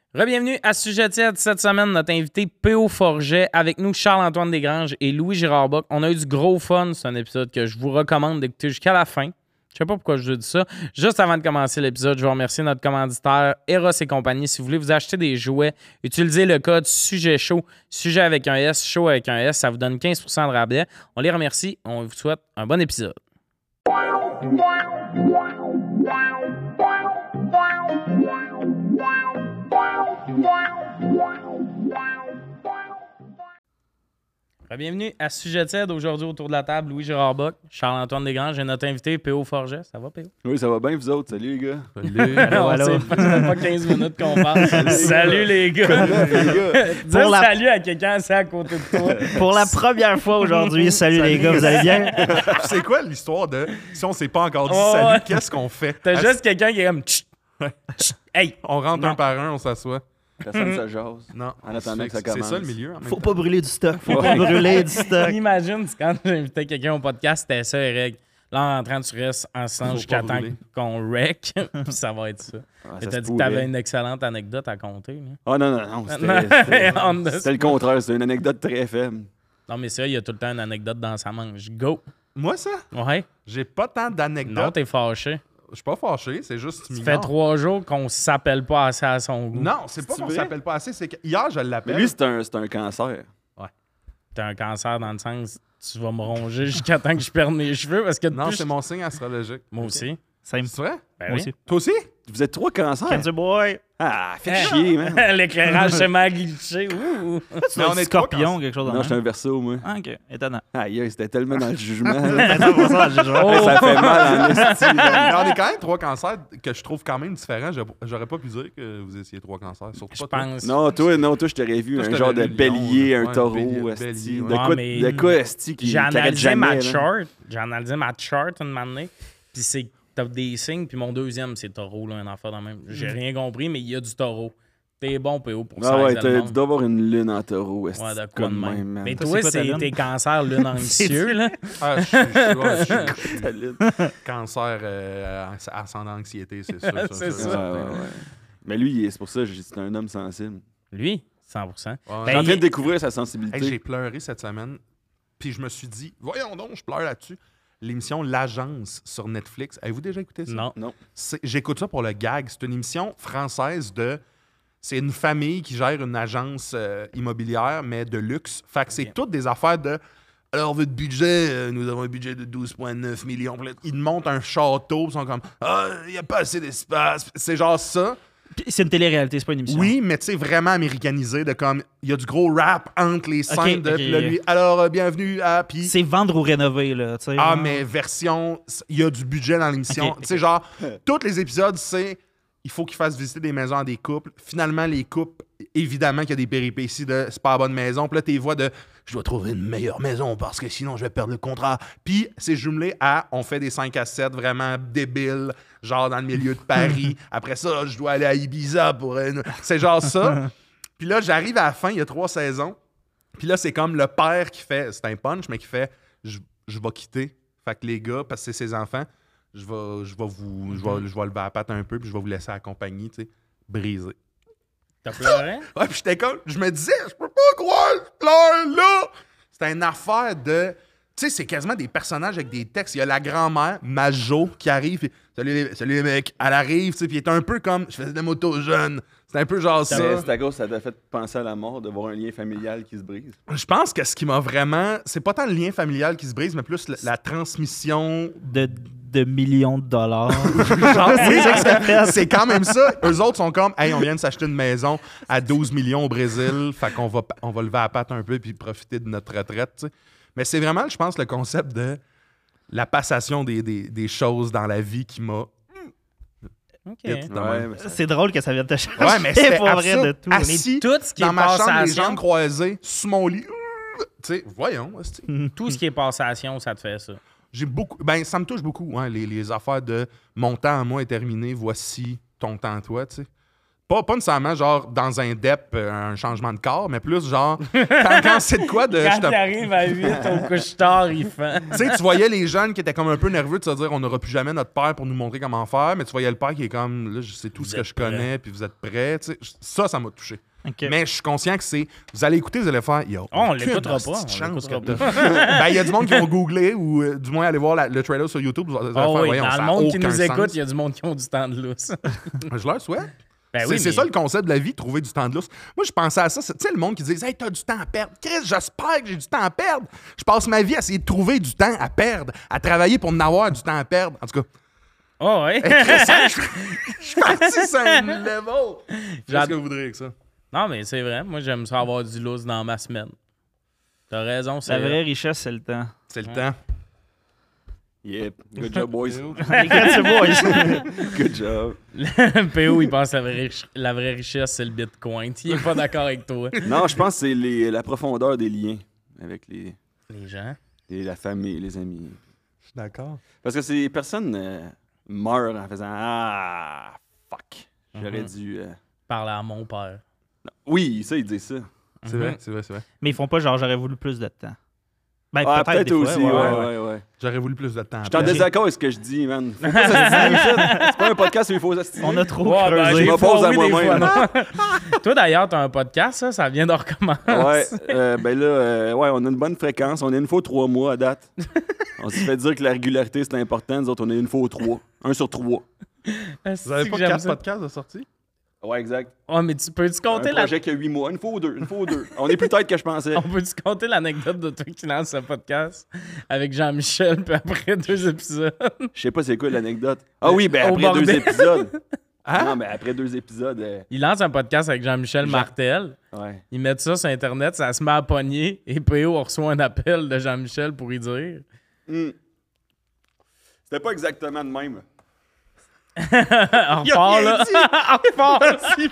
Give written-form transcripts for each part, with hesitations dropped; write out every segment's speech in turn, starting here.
Bienvenue à Sujet tiède. Cette semaine, notre invité P.O. Forget, avec nous Charles-Antoine Desgranges et Louis-Gérard Bock. On a eu du gros fun. C'est un épisode que je vous recommande d'écouter jusqu'à la fin. Je sais pas pourquoi je dis ça. Juste avant de commencer l'épisode, je veux remercier notre commanditaire Eros et compagnie. Si vous voulez vous acheter des jouets, utilisez le code Sujet Chaud. Sujet avec un S, chaud avec un S. Ça vous donne 15% de rabais. On les remercie. On vous souhaite un bon épisode. Bienvenue à Sujet tiède. Aujourd'hui, autour de la table, Louis-Gérard Bock, Charles-Antoine Desgranges et notre invité P.O. Forget. Ça va, P.O.? Oui, ça va bien, vous autres. Salut, les gars. Salut. C'est pas 15 minutes qu'on parle. Salut, les gars. Dire salut à quelqu'un assis à côté de toi. Pour la première fois aujourd'hui, salut les gars, vous allez bien? C'est quoi l'histoire de si on s'est pas encore dit salut, qu'est-ce qu'on fait? T'as juste quelqu'un qui est comme hey! On rentre un par un, on s'assoit. Personne ne se jase. Non. En attendant que ça commence. C'est ça le milieu. En même Faut temps. pas brûler du stock. Faut pas brûler du stock. Imagine, quand j'invitais quelqu'un au podcast, c'était ça les règles. Là, en rentrant, tu restes ensemble jusqu'à temps qu'on wreck. Puis ça va être ça. Ah, Et ça t'as se dit que t'avais pourrait. une excellente anecdote à compter. Là. Ah non. C'était le contraire. C'était une anecdote très faible. Non, mais ça, il y a tout le temps une anecdote dans sa manche. Go! Moi, ça, Ouais. j'ai pas tant Non, d'anecdotes. t'es fâché. Je suis pas fâché, c'est juste Ça mignon. fait 3 jours qu'on s'appelle pas assez à son goût. Non, c'est pas C'est qu'on vrai? s'appelle pas assez, c'est que hier, je Mais l'appelle. lui, c'est un cancer. T'as un cancer dans le sens, tu vas me ronger jusqu'à temps que je perde mes cheveux parce que Non, depuis c'est mon signe astrologique. Moi aussi. Simple. C'est vrai? Ben Moi oui. aussi. Toi aussi? Vous êtes trois cancers. Cancer boy. Ah, faites chier, man. L'éclairage s'est mal glitché. Ouh. Tu on est scorpion, quelque chose Non, je suis un verso, moi. Ah, ok, étonnant. Aïe, c'était tellement dans le jugement. là. 100% j'ai joué. Hey, ça fait mal en esti. Mais on est quand même trois cancers que je trouve quand même différents. J'aurais pas pu dire que vous étiez trois cancers. Surtout Je pas toi. pense. Non, toi, je t'aurais vu Toi, je un genre de t'aurais vu bélier, lion, un ouais, taureau, bélier, esti. ouais. Ouais, De quoi, esti, qui J'ai arrête analysé ma jamais, là. chart. J'ai analysé ma chart une année. Puis c'est t'as des signes. Puis mon deuxième, c'est taureau, là, un enfant dans le même. J'ai rien compris, mais il y a du taureau. T'es bon, PO, pour ça. Ah ouais, tu dois avoir une lune en taureau, esti. Ouais, de quoi de même. man. Mais Toi, toi, c'est quoi ta c'est lune? tes cancers lune anxieux, là. Ah, je suis Ta lune. cancer ascendant anxiété, c'est sûr. C'est sûr, ça. certain. Ouais. Mais lui, c'est pour ça que c'est un homme sensible. Lui, 100%. Ouais. Je suis en Ben, train de il- découvrir sa Hey, sensibilité. j'ai pleuré cette semaine, puis je me suis dit, voyons donc, je pleure là-dessus. L'émission L'Agence sur Netflix. Avez-vous déjà écouté ça? Non. J'écoute ça pour le gag. C'est une émission française de... C'est une famille qui gère une agence immobilière, mais de luxe. Fait que c'est Ok. toutes des affaires de... Alors, votre budget, nous avons un budget de 12,9 millions. Puis là, ils montent un château, ils sont comme « Ah, il n'y a pas assez d'espace. » C'est genre ça. Puis c'est une télé-réalité, c'est pas une émission. Oui, mais tu sais, vraiment américanisé, de comme... Il y a du gros rap entre les scènes de... ok, Puis là, ok. lui, alors, bienvenue à... Puis... C'est vendre ou rénover, là. Tu sais. Ah, mais version, il y a du budget dans l'émission. Ok, Tu sais, genre, tous les épisodes, c'est il faut qu'ils fassent visiter des maisons à des couples. Finalement, les couples, évidemment qu'il y a des péripéties de c'est pas la bonne maison. Puis là, t'es voix de je dois trouver une meilleure maison parce que sinon, je vais perdre le contrat. Puis c'est jumelé à on fait des 5 à 7 vraiment débiles, genre dans le milieu de Paris. Après ça, je dois aller à Ibiza pour une. C'est genre ça. Puis là, j'arrive à la fin, il y a 3 saisons. Puis là, c'est comme le père qui fait, c'est un punch, mais qui fait je vais quitter. Fait que les gars, parce que c'est ses enfants, je vais lever la patte un peu, puis je vais vous laisser accompagner, tu sais, brisé. T'as pleuré? Ouais, puis j'étais comme, je me disais, je peux pas croire, je pleure là! C'était une affaire de. Tu sais, c'est quasiment des personnages avec des textes. Il y a la grand-mère, Majo, qui arrive, puis salut les mecs, elle arrive, tu sais, puis elle est un peu comme, je faisais de la moto jeune. C'est un peu genre ça. C'est à cause ça t'a fait penser à la mort, de voir un lien familial qui se brise. Je pense que ce qui m'a vraiment. C'est pas tant le lien familial qui se brise, mais plus la transmission. De millions de dollars. Genre, C'est ça que ça fait. c'est quand même ça. Eux autres sont comme, hey, on vient de s'acheter une maison à 12 millions au Brésil, fait qu'on va lever la patte un peu puis profiter de notre retraite, tu sais. Mais c'est vraiment, je pense, le concept de la passation des choses dans la vie qui m'a. OK. hit de Ouais, même. mais ça- C'est drôle que ça vienne te changer. Ouais, mais c'était pour vrai absurde. de tout. Assis Tout ce qui dans est ma chambre, les passation, jambes croisées, sous mon lit. Tu sais, voyons. esti. tout ce qui est passation, ça te fait ça. J'ai beaucoup. Ben, ça me touche beaucoup, hein, les affaires de mon temps à moi est terminé, voici ton temps à toi, tu sais. Pas nécessairement genre dans un DEP, un changement de corps, mais plus genre quand c'est de quoi de. Quand il arrive à 8 au couche-tard, il fait. Tu sais, tu voyais les jeunes qui étaient comme un peu nerveux de se dire on n'aura plus jamais notre père pour nous montrer comment faire, mais tu voyais le père qui est comme là, c'est tout ce que je connais, puis vous êtes prêts. Tu sais, ça m'a touché. Okay. Mais je suis conscient que c'est. Vous allez écouter, vous allez faire. Yo, On l'écoutera pas. Ben, il y a du monde qui vont googler ou du moins aller voir le trailer sur YouTube. Vous allez faire, Oui, voyons, dans ça le a monde qui aucun nous écoute, sens. il y a du monde qui ont du temps de lousse. Je leur souhaite. Ben C'est oui, mais- ça le concept de la vie, trouver du temps de lousse. Moi, je pensais à ça. Tu sais, le monde qui dit hey, t'as du temps à perdre. Chris, j'espère que j'ai du temps à perdre. Je passe ma vie à essayer de trouver du temps à perdre, à travailler pour en avoir du temps à perdre. En tout cas, Oh, ouais. je suis parti sur un level. Qu'est-ce que vous voudriez avec ça? Non, mais c'est vrai. Moi, j'aime ça avoir du lousse dans ma semaine. T'as raison, c'est La vraie richesse, c'est le temps. C'est le temps. Yep. Good job, boys. Les gars, c'est boys. Good job. PO, il pense que la vraie richesse, c'est le Bitcoin. Il est pas d'accord avec toi. Non, je pense que c'est la profondeur des liens avec les gens. la famille, les amis. Je suis d'accord. Parce que ces personnes meurent en faisant ah, fuck. J'aurais dû. Parler à mon père. Non. Oui, ça, ils disent ça. C'est vrai, c'est vrai, c'est vrai. Mais ils font pas genre j'aurais voulu plus de temps. Ben, Ah, peut-être des aussi, fois, ouais. J'aurais voulu plus de temps. Je suis en désaccord avec ce que je dis, man. Faut pas c'est pas un podcast où il faut s'astiger. On a trop Ouais, ben, creusé. je des m'oppose fois, à oui, des moi-même. fois, non. Toi, d'ailleurs, t'as un podcast, ça vient de recommencer. Ouais, ben là, ouais, on a une bonne fréquence. On est une fois 3 mois à date. On s'est fait dire que la régularité, c'est important. Nous autres, on est une fois 3. 1 sur 3. Vous avez pas 4 podcasts de sortie? Ouais, exact. Oh, mais peux-tu compter Un projet qui a 8 mois. Une fois ou deux. On est plus tête que je pensais. On peut-tu compter l'anecdote de toi qui lance ce podcast avec Jean-Michel, puis après 2 épisodes? Je sais pas c'est quoi l'anecdote. Ah oui, ben Au après bordel. 2 épisodes. Non, mais après 2 épisodes. Il lance un podcast avec Jean-Michel Martel. Ouais. Ils mettent ça sur Internet, ça se met à pogner, et PO reçoit un appel de Jean-Michel pour y dire. C'était pas exactement de même. En repart, là. En repart.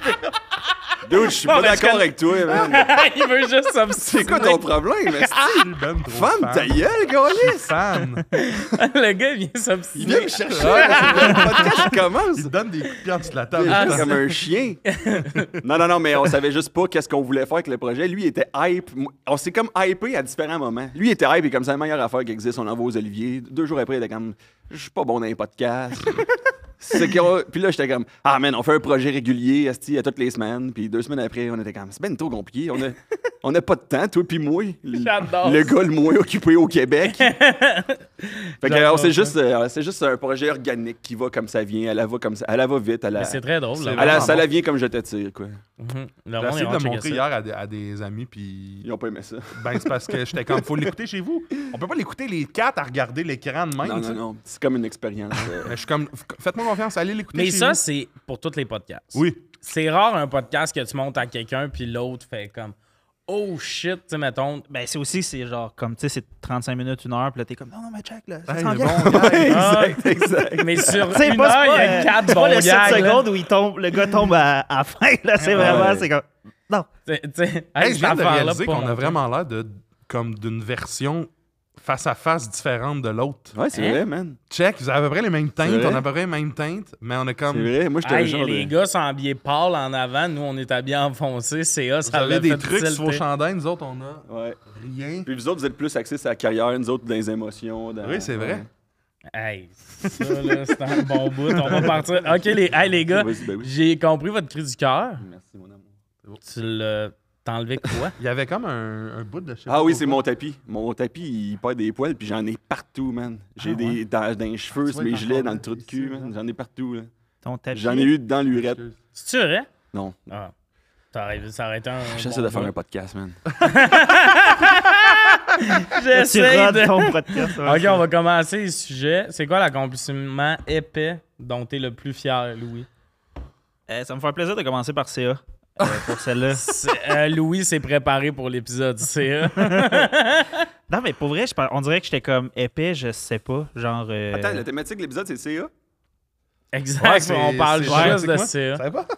Dude, je suis pas d'accord avec toi, man. Il veut juste s'obstiner. C'est quoi ton problème, esti? Femme, ta gueule, gars. Fan. Le gars, il vient Il s'obstiner. vient me chercher. Le podcast commence. Il te donne des coups de pied en dessous de la table. Comme un chien. Non, mais on savait juste pas qu'est-ce qu'on voulait faire avec le projet. Lui, il était hype. On s'est comme hypé à différents moments. Lui, il était hype et comme ça, la meilleure affaire qui existe, on l'envoie aux Olivier. 2 jours après, il était comme, je suis pas bon dans les podcasts. Puis là, j'étais comme, ah man, on fait un projet régulier, asti, à toutes les semaines. Puis 2 semaines après, on était comme, c'est ben trop compliqué. On a pas de temps, toi puis moi. J'adore Le gars le moins occupé au Québec. Fait que c'est juste un projet organique qui va comme ça vient. Elle va comme ça. Elle va vite. Mais c'est très drôle. C'est Là. Ça la vient comme je te tire, quoi. Le J'ai monde, essayé ils de vont le checker montrer ça. hier à des amis, puis Ils ont pas aimé ça. ben c'est parce que j'étais comme, faut l'écouter chez vous. On peut pas l'écouter les 4 à regarder l'écran de même. tu sais. Non. C'est comme une expérience. Mais je suis comme, faites-moi confiance, allez l'écouter Mais chez ça, vous. c'est pour tous les podcasts. Oui. C'est rare un podcast que tu montes à quelqu'un, puis l'autre fait comme oh shit, tu sais, mettons. Ben, c'est aussi, c'est genre, comme, tu sais, c'est 35 minutes, 1 heure, puis là, t'es comme, non, mais check, là, ça Hey, s'en le vient. bon gars. exact. Mais sur C'est 1 pas- heure, il y c'est a pas, 4 c'est bons pas le 7 gags. là. secondes où le gars tombe à la fin, là, c'est vraiment, c'est comme, non. Tu sais, Hey, hey, je viens cette de affaire-là, réaliser pas qu'on a montrer. vraiment l'air comme d'une version face à face différente de l'autre. Ouais, c'est vrai, man. Check, vous avez à peu près les mêmes teintes, vrai? on a à peu près les mêmes teintes, mais on a C'est comme... vrai. Moi, j'étais un Hey, genre les de... gars sont habillés pâles en avant, nous on est habillés en foncé, CA, Vous ça avez avait des fait trucs sur vos tilter. chandails, nous autres, on a Ouais. rien. Puis vous autres, vous êtes plus axés sur la carrière, nous autres, dans les émotions. Oui, c'est vrai. Hey, ça là, c'est un bon bout, on va partir. OK, les gars, Vas-y, ben oui. j'ai compris votre cri du cœur. Merci, mon amour. Tu l'as... T'as enlevé quoi? Il y avait comme un bout de... je sais Ah pas oui, pourquoi. c'est mon tapis. Mon tapis, il perd des poils, puis j'en ai partout, man. J'ai ouais? dans les cheveux, Tu sur vois, mes il est gilets, encore dans le là, trou de ici, cul, là. man. J'en ai partout, là. Ton tapis. J'en ai eu dans l'urette. Excuse. C'est-tu vrai? Non. Ah. Ça aurait été un. J'essaie bon de faire bout. un podcast, man. Tu J'essaie rodes de... ton podcast. ouais. OK, on va commencer les sujets. C'est quoi l'accomplissement épais dont t'es le plus fier, Louis? Ça me fait plaisir de commencer par CA. Pour celle-là. Louis s'est préparé pour l'épisode, c'est Non, mais pour vrai, on dirait que j'étais comme épais, je sais pas. Genre. Attends, la thématique de l'épisode, c'est CA? Exact, Ouais, c'est- on parle c'est- juste c'est de quoi? ça. Ça va pas?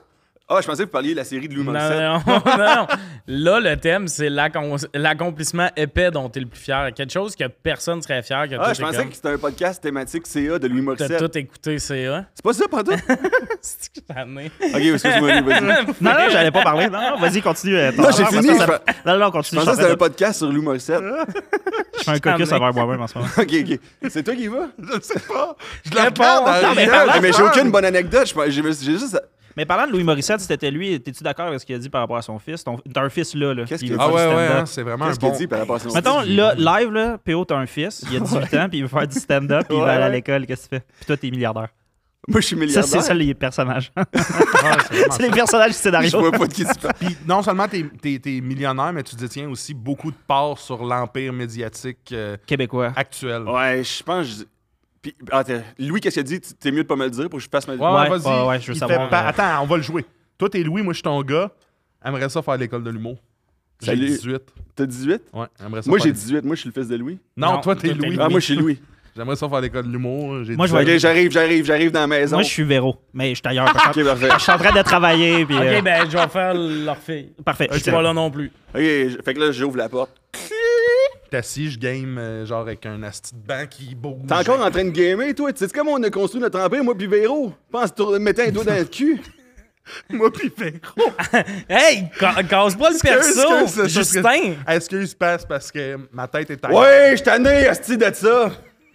Ah, je pensais que vous parliez de la série de Louis Morissette. Non. Là, le thème, c'est l'accomplissement épais dont tu es le plus fier. Quelque chose que personne serait fier. Que Ah, je pensais que c'était un podcast thématique CA de Louis t'as Morissette. tout écouté, CA. C'est pas ça, pantoute? C'est que j'en ai. Ok, excuse-moi, vas-y. Non, j'allais pas parler. Non, vas-y, continue. Non, j'ai fini. Non, Je continue. pensais que c'était un podcast sur Louis Morissette. Je fais un caucus avec moi-même en ce moment. Ok. C'est toi qui y vas? Je ne sais pas. Je le Réponds. regarde. Non, mais Non, parlant- mais j'ai aucune bonne anecdote. J'ai juste... Mais parlant de Louis Morissette, c'était lui, t'es-tu d'accord avec ce qu'il a dit par rapport à son fils? T'as un fils là. Qu'est-ce puis qu'il il a veut dit? faire Ah du ouais, stand-up. hein, c'est vraiment un Qu'est-ce qu'il bon... dit par rapport à son Mettons, fils? là, live, là, PO, t'as un fils, il a 18 ans, puis il veut faire du stand-up, puis il va aller à l'école, qu'est-ce que tu fais? Puis toi, t'es milliardaire. Moi, je suis Ça, milliardaire. c'est ça, les personnages. Ouais, c'est vraiment C'est les ça. personnages du Je scénario. vois pas de qui tu parles. Puis non seulement t'es millionnaire, mais tu détiens aussi beaucoup de parts sur l'empire médiatique Québécois. actuel. Ouais, je pense... Puis, attends, Louis, qu'est-ce qu'il a dit? T'es mieux de pas me le dire pour que je fasse ma... Ouais, vas-y. ouais, je veux Il savoir, fait attends, on va le jouer. Toi, t'es Louis, moi, je suis ton gars. Aimerais ça faire l'école de l'humour. J'ai Salut. 18. T'as 18? Ouais, aimerais ça Moi, faire- j'ai 18. Moi, je suis le fils de Louis. Non, Non, toi, t'es toi, t'es Louis. Louis. Ah, moi, je suis Louis. J'aimerais ça faire l'école de l'humour. J'ai Moi, je 18. vais- Ok, j'arrive dans la maison. Moi, je suis Véro, mais je suis ailleurs. Ok, parfait. Je suis en train de travailler, puis... Ok, ben, je vais faire leur fille. Parfait. Je suis pas là non plus. Ok, fait que là, j'ouvre la porte. T'es assis, je game genre avec un asti de banc qui bouge. T'es encore en train de gamer, toi? Tu sais comment on a construit notre empire, moi puis Véro? Pense que tu mettais un doigt dans le cul. Moi, pis Véro. Hey, casse pas le perso! Justin! Excuse, passe parce que ma tête est à Ouais, je t'en ai, asti de ça.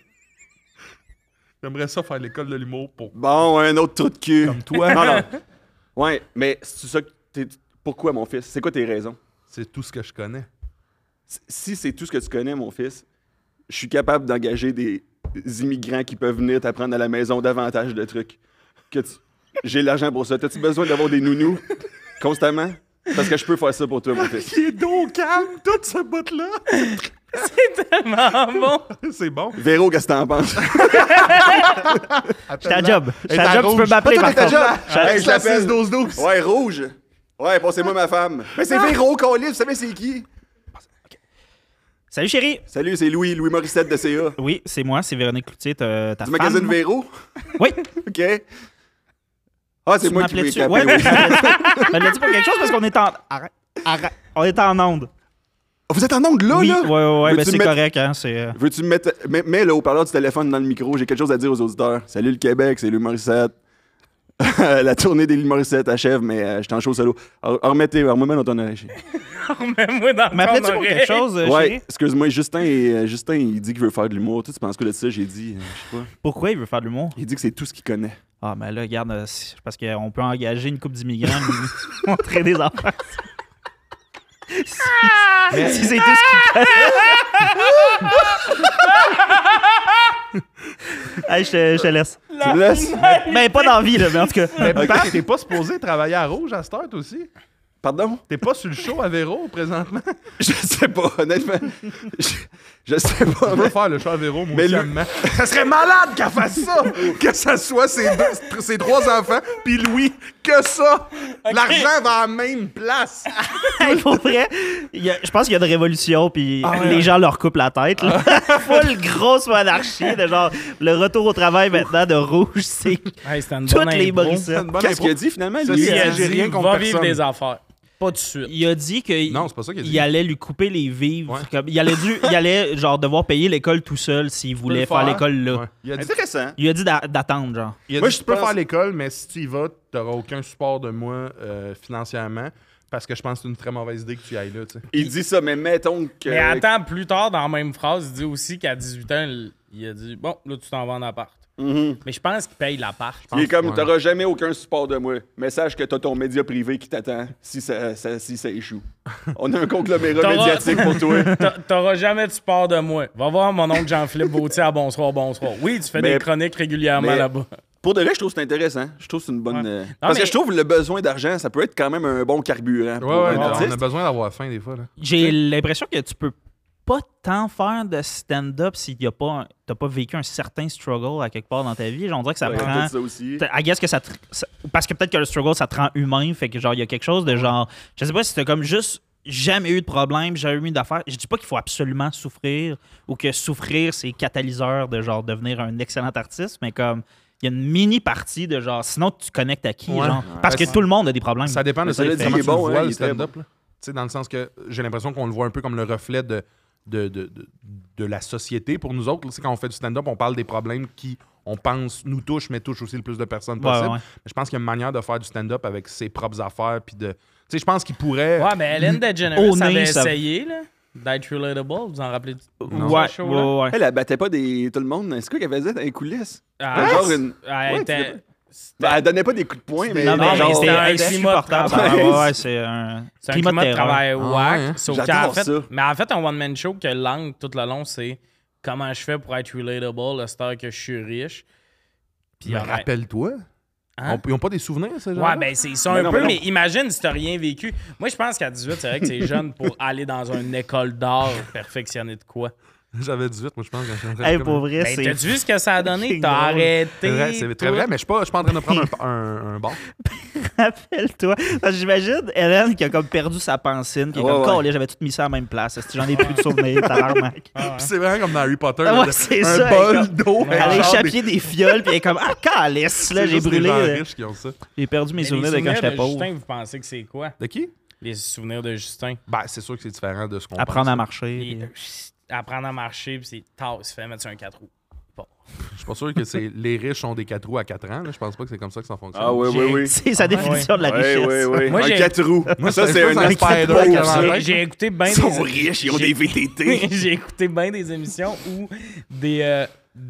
J'aimerais ça faire l'école de l'humour pour Bon, un autre trou de cul. comme toi. Non, non. Ouais, mais c'est ça que pourquoi, mon fils? C'est quoi tes raisons? C'est tout ce que je connais. Si c'est tout ce que tu connais, mon fils, je suis capable d'engager des immigrants qui peuvent venir t'apprendre à la maison davantage de trucs. J'ai l'argent pour ça. T'as-tu besoin d'avoir des nounous constamment? Parce que je peux faire ça pour toi, mon fils. Il est dos calme, toute ce bout-là. C'est tellement bon! C'est bon. Véro, qu'est-ce que t'en penses? J'étais à job. J'étais Elle à est job, tu peux m'appeler Toi, par t'es à contre. job. Hey, je l'appelle. 12-12. Ouais, rouge. Ouais, passez-moi ma femme. Mais c'est Véro, Colis, vous savez c'est qui? Salut chérie! Salut, c'est Louis Morissette de CA. Oui, c'est moi, c'est Véronique Cloutier, ta Du femme. magazine Véro? Oui. OK. Ah, c'est Tu moi qui m'appelais-tu? l'ai Ouais, capé, oui. Elle l'a dit pour quelque chose parce qu'on est en... Arrête. On est en onde. Vous êtes en onde là, Oui, là? ouais, Veux-tu ben c'est me mettre- correct, hein, c'est... Veux-tu me mettre... Mets le haut-parleur du téléphone dans le micro, j'ai quelque chose à dire aux auditeurs. Salut le Québec, c'est Louis Morissette. La tournée des Louis Morissette achève, mais je suis en show solo. Remets-moi dans ton oreille. Remets-moi dans ton M'appelais-tu pour quelque oreille. chose, Ouais, chérie? excuse-moi, Justin, il dit qu'il veut faire de l'humour. Toi, tu penses quoi de ça? J'ai dit, je sais pas. Pourquoi il veut faire de l'humour? Il dit que c'est tout ce qu'il connaît. Ah, mais là, regarde, c'est parce qu'on peut engager une couple d'immigrants et montrer des enfants. Si c'est tout ce qu'il Hey, je te laisse. Tu me laisses? Mais pas d'envie, là, mais en tout cas. Mais Pat, t'es pas supposé travailler à Rouge à cette heure, toi aussi? Pardon? T'es pas sur le show à Véro, présentement? Je sais pas, honnêtement. Je sais pas. Je veux faire le show à Véro, moi Mais aussi, lui- à maman. Ça serait malade qu'elle fasse ça! Que ça soit ses trois enfants, puis Louis, que ça! L'argent va à la même place! Hey, pour vrai, je pense qu'il y a une révolution, puis les gens leur coupent la tête. Là. Full grosse monarchie, de genre, le retour au travail maintenant de Rouge, c'est Hey, c'était une toutes bonne les impro. Morissette. Qu'est-ce qu'il a dit finalement, Ça, lui? c'est- Il a J'ai dit, rien contre va vivre personne. des affaires. Pas de suite. Il a dit qu'il Non, c'est pas ça qu'il a dit. il allait lui couper les vivres. Ouais. Comme, il allait genre devoir payer l'école tout seul s'il voulait le faire faire. l'école là. Ouais. Il a dit, Intéressant. Il a dit d'attendre, genre. Moi, tu je peux pense- faire l'école, mais si tu y vas, t'auras aucun support de moi financièrement, parce que je pense que c'est une très mauvaise idée que tu y ailles là, tu sais. Il dit ça, mais mettons que... Mais attends, plus tard, dans la même phrase, il dit aussi qu'à 18 ans, il a dit bon, là, tu t'en vas en appart. Mhm. Mais je pense qu'il paye l'appart. Il est comme, Ouais. t'auras jamais aucun support de moi. Mais sache que t'as ton média privé qui t'attend si ça échoue. On a un conglomérat T'auras- médiatique pour toi. T'auras jamais de support de moi. Va voir mon oncle Jean-Philippe Bautier à Bonsoir. Oui, tu fais Mais- des chroniques régulièrement mais- là-bas. Pour de vrai, je trouve que c'est intéressant. Je trouve que c'est une bonne... Ouais. Parce mais- que je trouve le besoin d'argent, ça peut être quand même un bon carburant pour Ouais, un on artiste. a besoin d'avoir faim des fois, là. J'ai l'impression que tu peux pas tant faire de stand-up si t'as pas vécu un certain struggle à quelque part dans ta vie. Genre, on dirait que ça Ouais, prend... peut-être ça aussi. I guess que parce que peut-être que le struggle, ça te rend humain. Fait que genre, il y a quelque chose de genre... Je sais pas si t'as comme juste jamais eu de problème, jamais eu d'affaires. Je dis pas qu'il faut absolument souffrir ou que souffrir, c'est catalyseur de genre devenir un excellent artiste, mais comme... il y a une mini partie de genre, sinon tu connectes à qui, Ouais. genre? Parce que tout le monde a des problèmes. Ça dépend de Ça l'a dit, comment il est tu le bon, vois, hein, le il est très stand-up. Là. Tu sais, dans le sens que j'ai l'impression qu'on le voit un peu comme le reflet de la société pour nous autres. Là, quand on fait du stand-up, on parle des problèmes qui, on pense, nous touchent, mais touchent aussi le plus de personnes possible. Ouais. Mais je pense qu'il y a une manière de faire du stand-up avec ses propres affaires. Puis de... Tu sais, je pense qu'il pourrait... Ouais, mais Ellen DeGeneres Au nez, avait ça- essayé, là, d'être relatable. Vous en rappelez? Ouais, ce show-là? ouais. Elle battait pas tout le monde. C'est quoi qu'elle faisait dans les coulisses? Ah, Genre une... elle Ouais, était- Ben, elle donnait pas des coups de poing, mais Non, mais genre... c'était un c'était climat de insupportable. travail. Ouais, c'est un C'est un climat climat de terreur. travail Ah whack. ouais, hein? Sauf J'adore qu'en fait, ça. mais en fait, un one-man show que l'angle tout le long, c'est comment je fais pour être relatable, le star que je suis riche. Puis Mais ouais. rappelle-toi, Hein? ils n'ont pas des souvenirs, ces gens Ouais, ben c'est ça Mais un non, peu, mais mais non. imagine si t'as rien vécu. Moi, je pense qu'à 18, c'est vrai que c'est jeune pour aller dans une école d'art perfectionner de quoi. J'avais 18, moi, je pense. Quand je suis Hey, pour vrai, Ben, c'est. t'as-tu vu ce que ça a donné? fucking T'as drôle. arrêté. C'est vrai, c'est très tout. vrai, mais je suis pas en train de prendre un bar. Rappelle-toi. Parce que j'imagine Hélène qui a comme perdu sa pensine, qui est Ouais, comme, ouais. Calais, j'avais tout mis ça à la même place. Est-ce que j'en ai plus de souvenirs, tabarnak. Ah ouais. Puis c'est vraiment comme dans Harry Potter. Ah là, ouais, c'est un ça, bol comme- d'eau. Elle a avec genre échappé des fioles, puis elle est comme, ah, calice, là, c'est j'ai juste les brûlé. gens là. riches qui ont ça. J'ai perdu mes Mais souvenirs de les quand j'étais de pauvre. Justin, vous pensez que c'est quoi? De qui? Les souvenirs de Justin. Ben, c'est sûr que c'est différent de ce qu'on Apprendre pense. à marcher. Et, puis- apprendre à marcher, puis c'est tard, il se fait mettre sur un 4 roues. Je suis pas sûr que c'est les riches ont des 4 roues à 4 ans. Là. Je pense pas que c'est comme ça que ça fonctionne. Ah oui, oui, oui. C'est sa définition de la Oui, richesse. oui, oui. Moi, un j'ai- 4 roues. Moi, ça, c'est un un spider pauvre, qui a ça. dans la J'ai écouté bien Ils sont des... riches, ils ont des VTT. J'ai écouté bien des émissions où des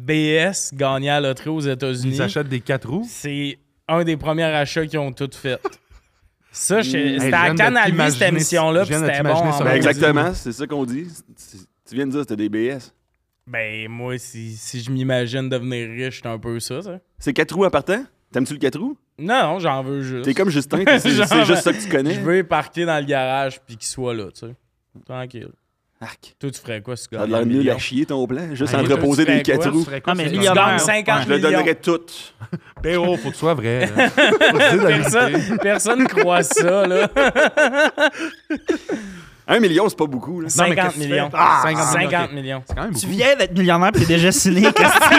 BS gagnaient à la loterie aux États-Unis. Ils s'achètent des 4 roues. C'est un des premiers achats qu'ils ont toutes fait. Ça, c'était Hey, à je viens de Canal Vie, cette t'imaginer- émission-là, je puis viens de c'était bon. t'imaginer en ça. Ben, Ben, maudit. exactement, c'est ça qu'on dit. Tu viens de dire que c'était des BS. Ben, moi, si je m'imagine devenir riche, c'est un peu ça. C'est 4 roues à partant? T'aimes-tu le 4 roues? Non, j'en veux juste. T'es comme Justin, c'est Genre, juste ça que tu connais. Je veux parquer dans le garage puis qu'il soit là, tu sais. Tranquille. Arc. Toi, tu ferais quoi si tu Ça a gagnais l'air un nul million? à chier ton plan. Juste Hey, entreposer toi, tu des ferais 4 quoi? roues. Non, mais Tu millionnaire. gagnes 50 Je le millions. donnerais toutes. Péro, faut que tu sois vrai. là. Faut te dire la vérité. Personne croit ça, là. 1 million, c'est pas beaucoup. Là. Non, mais 50 qu'est-ce que tu millions. fais? Ah, 50 ok. millions. C'est quand même Tu beaucoup. viens d'être millionnaire, puis t'es déjà cynique. Qu'est-ce que tu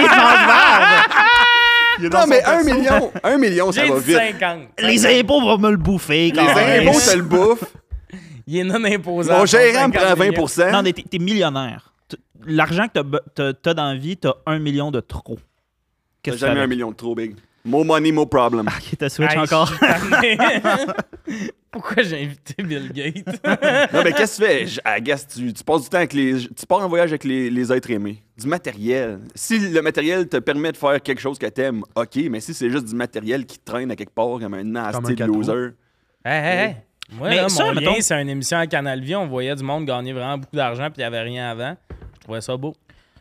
Non, mais 1 million, ça J'ai va dit vite. 50. Les impôts vont me le bouffer. Les impôts, ça le bouffe. Il est non imposable. Mon gérant me 50 prend millions. 20%. Non, mais t'es millionnaire. L'argent que t'as dans la vie, t'as 1 million de trop. T'as Qu'est-ce que tu jamais fais 1 avec? million de trop big. More money, more problem. Ok, t'as switch Hey, encore. je suis tanné. Pourquoi j'ai invité Bill Gates? Non, mais qu'est-ce que tu fais? I guess, tu passes du temps avec les. Tu pars en voyage avec les êtres aimés. Du matériel. Si le matériel te permet de faire quelque chose que t'aimes, ok, mais si c'est juste du matériel qui te traîne à quelque part comme un nasty Comme un de loser. Hey, hey, hey. Moi, Mais là, ça, mon mettons- lien, c'est une émission à Canal Vie. On voyait du monde gagner vraiment beaucoup d'argent puis il n'y avait rien avant. Je trouvais ça beau.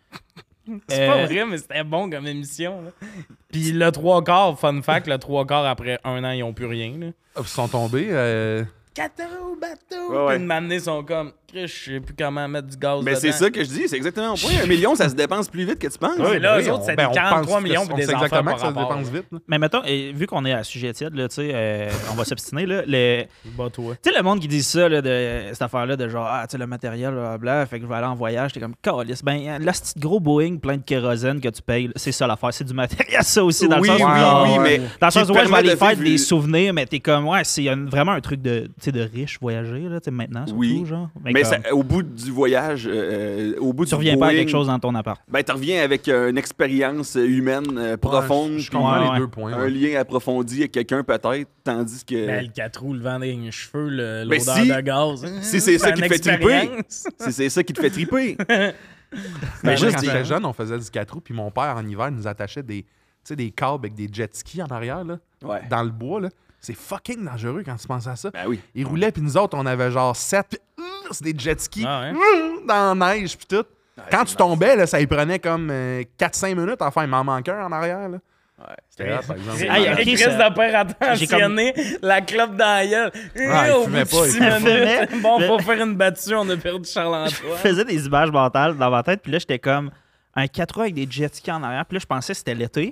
C'est pas vrai, mais c'était bon comme émission. Là. Puis le 3/4, fun fact, le 3/4 après un an, ils n'ont plus rien. Là. Ils sont tombés. 4 euros bateau! Ouais, ouais. Puis une matinée, ils sont comme, Chris, je sais plus comment mettre du gaz Mais dedans. c'est ça que je dis, c'est exactement mon point. 1 million, ça se dépense plus vite que tu penses. Ouais, là, oui, eux autres, c'est des on 43 pense millions que- puis on des sait enfants exactement par que ça se rapport. dépense vite. là. Mais mettons, vu qu'on est à sujet tiède, là, tu sais, on va s'obstiner, là, tu Bats-toi. sais, le monde qui dit ça, là, de cette affaire-là, de genre, ah, tu sais, le matériel, blablabla, fait que je vais aller en voyage, t'es comme, calice. Ben, là, ce petit gros Boeing plein de kérosène que tu payes, c'est ça l'affaire, c'est du matériel, ça aussi, dans Oui, le oui, sens où, genre, oui, mais. dans le sens qui où, te ouais, je vais permet aller de faire vivre- des souvenirs, mais t'es comme, ouais, c'est vraiment un truc de, tu sais, de riche voyager, là, tu sais, maintenant, surtout, Oui. genre. Mais comme, ça- au bout du voyage, au bout tu du reviens pas à Boeing, quelque chose dans ton appart. Ben, tu reviens avec une expérience humaine profonde, Ouais, je puis comprends ouais. les deux points. un ouais. lien approfondi avec quelqu'un peut-être, tandis que Ben, le 4 roues, le vent des cheveux, Ben, l'odeur si- de gaz. si c'est ça une qui te fait triper. expérience. c'est ça qui te fait triper. Mais Mais juste juste quand dire- j'étais jeune, on faisait du 4 roues, puis mon père, en hiver, nous attachait des câbles avec des jet skis en arrière, là, Ouais. dans le bois. Là. C'est fucking dangereux quand tu penses à ça. Ben oui. Ils roulaient, puis nous autres, on avait genre 7, puis c'est des jet skis Ah, ouais. dans la neige, puis tout. Quand tu tombais, là, ça y prenait comme 4-5 minutes. Enfin, il m'en manquait un en arrière. Là. Ouais. C'était hot, par exemple. Hey, ok, Chris ça- de père attentionné, la clope dans la gueule. il Au fumait bout de pas, il 6 fumait. minutes. Bon, Le- faut faire une battue, on a perdu Je Charles-Antoine. faisais des images mentales dans ma tête, puis là, j'étais comme un 4 roues avec des jet skis en arrière, puis là, je pensais que c'était l'été.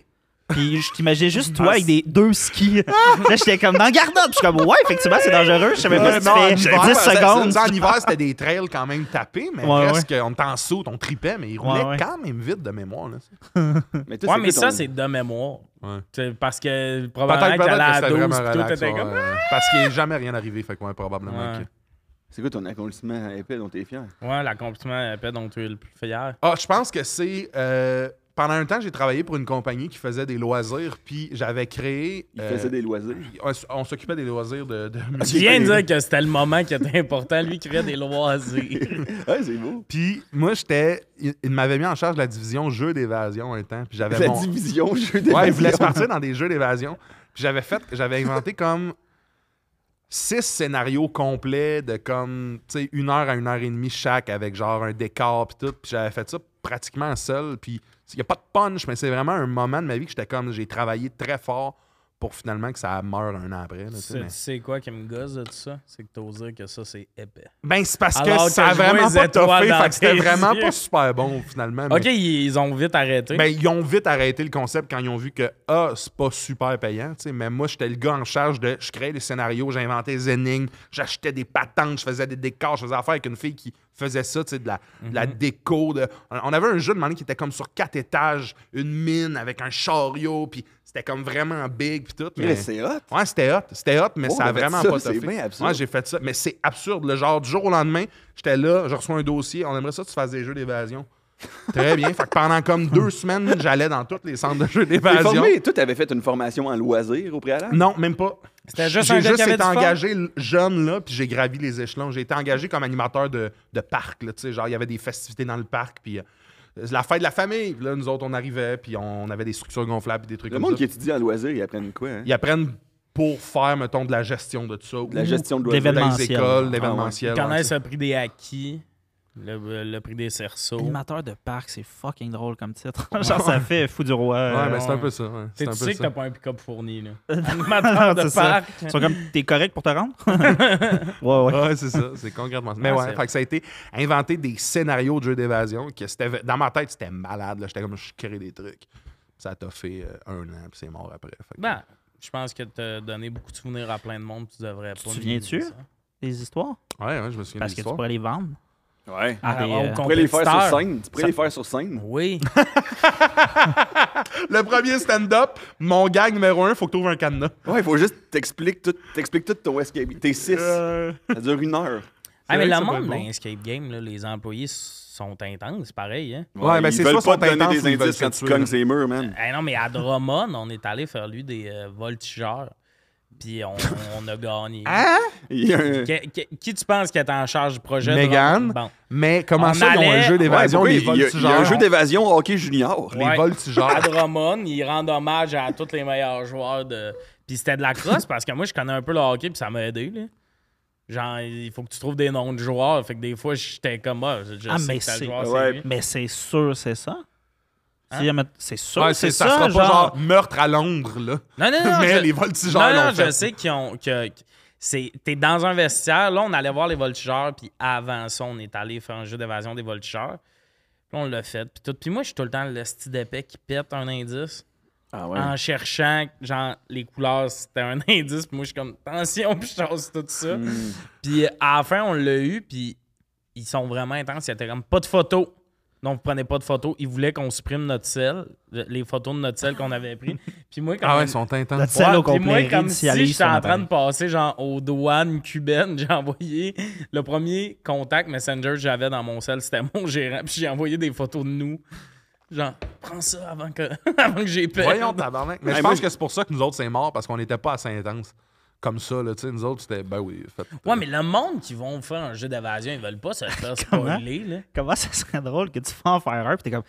Puis je t'imaginais juste toi avec des 2 skis. Là, j'étais comme dans Garnotte. Je suis comme, ouais, effectivement, c'est dangereux. Je savais pas si tu fais 10 secondes. En hiver, c'était des trails quand même tapés, mais reste qu'on était en saut, on tripait, mais il roulait quand même vite de mémoire. Là. Mais ça, c'est de mémoire. Ouais. Parce que probablement que t'allais à 12 et tout, t'étais comme... Parce qu'il n'est jamais rien arrivé, fait que probablement que... C'est quoi ton accomplissement épais dont t'es fier? Ouais, l'accomplissement épais dont tu es le plus fier. Ah, je pense que c'est... pendant un temps, j'ai travaillé pour une compagnie qui faisait des loisirs, puis j'avais créé... Il faisait des loisirs? On s'occupait des loisirs de Tu viens de dire que c'était le moment qui était important. Lui, qui créait des loisirs. Ouais, c'est beau. Puis moi, il m'avait mis en charge de la division jeux d'évasion un temps. Puis j'avais division jeux d'évasion? Ouais, il voulait se partir dans des jeux d'évasion. Puis j'avais inventé comme 6 scénarios complets de comme, tu sais, 1 heure à 1 heure et demie chaque avec genre un décor puis tout. Puis j'avais fait ça pratiquement seul. Puis il n'y a pas de punch, mais c'est vraiment un moment de ma vie que j'étais comme, j'ai travaillé très fort pour finalement que ça meure 1 an après. C'est quoi qui me gosse de tout ça? C'est que t'oses dire que ça, c'est épais. Ben, c'est parce Alors que ça a vraiment pas toffé, fait que c'était vraiment yeux. pas super bon finalement. OK, ils ont vite arrêté. Ben, ils ont vite arrêté le concept quand ils ont vu que c'est pas super payant, tu sais. Mais moi, j'étais le gars en charge de. Je créais des scénarios, j'inventais des énigmes, j'achetais des patentes, je faisais des décors, je faisais affaire avec une fille qui faisait ça, tu sais, de la déco. On avait un jeu de moment qui était comme sur 4 étages, une mine avec un chariot, puis c'était comme vraiment big puis tout. Mais c'est hot. Ouais, c'était hot, mais ça a vraiment pas toffé. C'est bien absurde. Ouais, j'ai fait ça, mais c'est absurde. Le genre, du jour au lendemain, j'étais là, je reçois un dossier, on aimerait ça que tu fasses des jeux d'évasion. Très bien. Fait que pendant comme 2 semaines, j'allais dans tous les centres de jeux d'évasion. Toi, t'avais fait une formation en loisir au préalable? Non, même pas. C'était juste un gars qui avait été du fun? engagé jeune, là, puis j'ai gravi les échelons. J'ai été engagé comme animateur de parc, là, tu sais, genre, il y avait des festivités dans le parc, puis la fête de la famille. Puis là, nous autres, on arrivait, puis on avait des structures gonflables, puis des trucs comme ça. Le monde qui étudie en loisir, ils apprennent quoi? Hein? Ils apprennent pour faire, mettons, de la gestion de tout ça. De la gestion de loisirs. Dans les écoles, l'événementiel. Ils connaissent le prix des acquis, le prix des cerceaux. Animateur de parc, c'est fucking drôle comme titre. Genre, ça fait fou du roi. Ouais, mais c'est un peu ça. Ouais. Tu un sais peu que ça. t'as pas un pick-up fourni, là. Animateur de C'est ça. parc. Ils sont comme, t'es correct pour te rendre? ouais. Ouais, c'est ça. C'est concrètement ça. Mais ouais, fait que ça a été inventer des scénarios de jeux d'évasion. Dans ma tête, c'était malade. Là. J'étais comme, je crée des trucs. Ça a fait 1 an, puis c'est mort après. Fait que... Ben, je pense que t'as donné beaucoup de souvenirs à plein de monde. Tu devrais pas. Tu te souviens-tu des histoires? Ouais, je me souviens Parce de que tu l'histoire. pourrais les vendre. Ouais. Tu pourrais les faire sur scène. Tu pourrais les faire sur scène. Oui. Le premier stand-up, mon gag numéro 1, faut que tu ouvres un cadenas. Ouais, il faut juste t'expliques tout ton escape. T'es 6. Ça dure 1 heure. Ah, mais vrai le que ça peut monde être dans bon. Escape Game, là, les employés sont intenses, pareil. Hein? Ouais, mais ils c'est veulent soit pas te sont donner intenses ou ils des veulent indices quand te tu tuer, cognes là. ses murs, man. Non, mais à Drummond, on est allé faire lui des voltigeurs. Puis on a gagné. Hein? Il y a un- Qui tu penses qui était en charge du projet? Mégane. Bon. Mais comment On ça, ils ont un allait- jeu d'évasion, Ouais, les pourquoi il y a un voltigeurs? jeu d'évasion hockey junior. Les Ouais. voltigeurs. À Drummond, ils rendent hommage à tous les meilleurs joueurs de. Puis c'était de la crosse parce que moi, je connais un peu le hockey, puis ça m'a aidé. Là. Genre, il faut que tu trouves des noms de joueurs. Fait que des fois, j'étais comme, je Ah, sais mais que tel c'est- joueur, ouais. c'est lui. Mais c'est sûr, c'est ça. Hein? Si jamais- C'est sûr, Ouais, c'est ça ça. sera pas genre... genre meurtre à Londres, là. Non, Mais je- les voltigeurs non, l'ont je fait. sais t'es dans un vestiaire. Là, on allait voir les voltigeurs, puis avant ça, on est allé faire un jeu d'évasion des voltigeurs. Puis on l'a fait. Puis tout. Puis moi, je suis tout le temps le style d'épais qui pète un indice. Ah ouais. En cherchant, genre, les couleurs, c'était un indice. Puis moi, je suis comme, attention, puis je chasse tout ça. Puis à la fin, on l'a eu, puis ils sont vraiment intenses. Il y était comme, pas de photos. Donc, vous prenez pas de photos. Ils voulaient qu'on supprime notre sel, les photos de notre sel qu'on avait pris. Puis moi, quand Ah ouais, ils sont intenses. Notre sel au puis moi, complet comme si réinitialise j'étais son en train de appareil. passer genre aux douanes cubaines, j'ai envoyé le premier contact Messenger que j'avais dans mon sel, c'était mon gérant. Puis j'ai envoyé des photos de nous. Genre, prends ça avant que, avant que j'ai peur. Voyons, tabarnak. Mais Hey, je moi, pense que c'est pour ça que nous autres, c'est mort, parce qu'on n'était pas assez intense. Comme ça, là, tu sais, nous autres, c'était, ben oui, faites. Ouais, mais le monde qui vont faire un jeu d'évasion, ils veulent pas se faire Comment? spoiler, là. Comment ça serait drôle que tu fasses en faire un, puis t'es comme,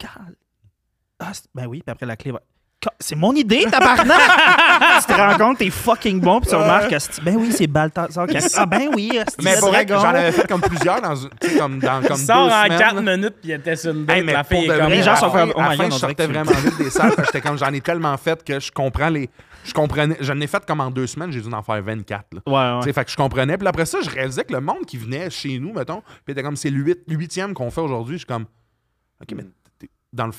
ben oui, puis après la clé va. C'est mon idée, tabarnak! Tu te rends compte, t'es fucking bon, puis tu remarques que ben oui, c'est Balthazar. Ah ben oui, Mais le pour vrai, que dragon. j'en avais fait comme plusieurs dans, tu sais, comme dans comme Il 2 sort en semaines. 4 là. minutes, puis il était sur une date. Hey, mais la fille pour est de comme... vrai, Les gens sont à la comme, fin, oh my à la fin, God, je on dirait sortais que tu- vraiment vite des salles, parce que j'étais comme, j'en ai tellement fait que je comprends les... Je comprenais... Je n'ai fait comme en 2 semaines, j'ai dû en faire 24, là. Ouais, Tu sais, fait que je comprenais. Puis après ça, je réalisais que le monde qui venait chez nous, mettons, puis était comme, c'est le 8e qu'on fait aujourd'hui. Je suis comme, OK, mais dans le fond,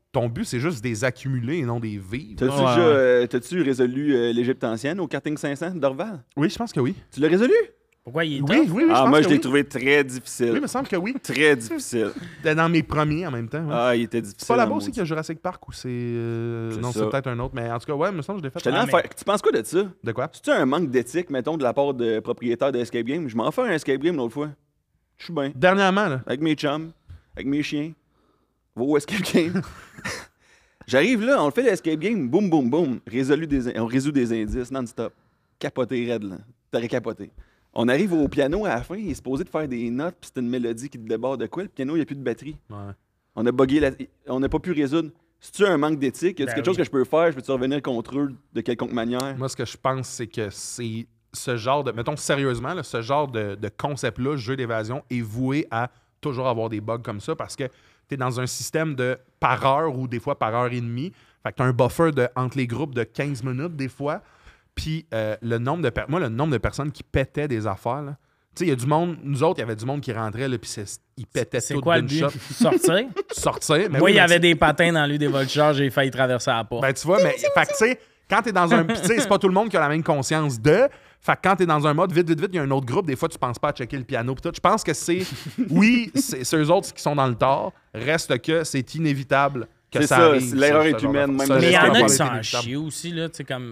ton but, c'est juste des accumuler et non des vivre. T'as-tu résolu l'Égypte ancienne au karting 500 d'Orval? Oui, je pense que oui. Tu l'as résolu? Pourquoi il est Oui, tough? oui, je pense Moi, que je l'ai oui. trouvé très difficile. Oui, il me semble que oui. Très difficile. C'était dans mes premiers en même temps. Ouais. Il était difficile. C'est pas là-bas en aussi maudit. qu'il y a Jurassic Park ou c'est. Non, ça. c'est peut-être un autre, mais en tout cas, ouais, il me semble que je l'ai fait. J'étais allé en faire- Tu penses quoi de ça? De quoi? C'est-tu un manque d'éthique, mettons, de la part de propriétaires de Escape Game? Je m'en fais un Escape Game l'autre fois. Je suis bien. Dernièrement, là. Avec mes chums, avec mes chiens. Va au Escape Game. J'arrive là, on fait l'Escape Game, boum, boum, boum. On résout des indices non-stop. Capoté raide, là. T'aurais capoté. On arrive au piano à la fin, il est supposé de faire des notes, puis c'était une mélodie qui te déborde de quoi? Le piano, il n'y a plus de batterie. Ouais. On a bugué, on n'a pas pu résoudre. C'est-tu un manque d'éthique? Y a-t-il quelque chose que je peux faire? Je peux-tu revenir contre eux de quelconque manière? Moi, ce que je pense, c'est que c'est ce genre de. Mettons sérieusement, là, ce genre de concept-là, jeu d'évasion, est voué à toujours avoir des bugs comme ça parce que tu es dans un système de par heure ou des fois par heure et demie. Fait que tu as un buffer entre les groupes de 15 minutes des fois. Puis le nombre de personnes qui pétaient des affaires, là. Tu sais, il y a du monde, nous autres, il y avait du monde qui rentrait, là, puis ils pétaient C'est tout quoi le d'une but? shot. Sortir? Sortir. Mais Moi, oui, il y mais avait des patins dans lui des voltigeurs, j'ai failli traverser la porte. Ben, tu vois, mais fait que, tu sais, quand t'es dans un. Tu sais, c'est pas tout le monde qui a la même conscience de. Fait que quand t'es dans un mode vite, il y a un autre groupe, des fois, tu penses pas à checker le piano. Pis tout. Je pense que c'est. Oui, c'est eux autres qui sont dans le tort. Reste que c'est inévitable que C'est ça ça, arrive. l'erreur ce est genre humaine, d'affaire. même Ça, dans Mais il y J'espère en a pas qui c'est s'en inévitable. chient aussi, là, tu sais, comme.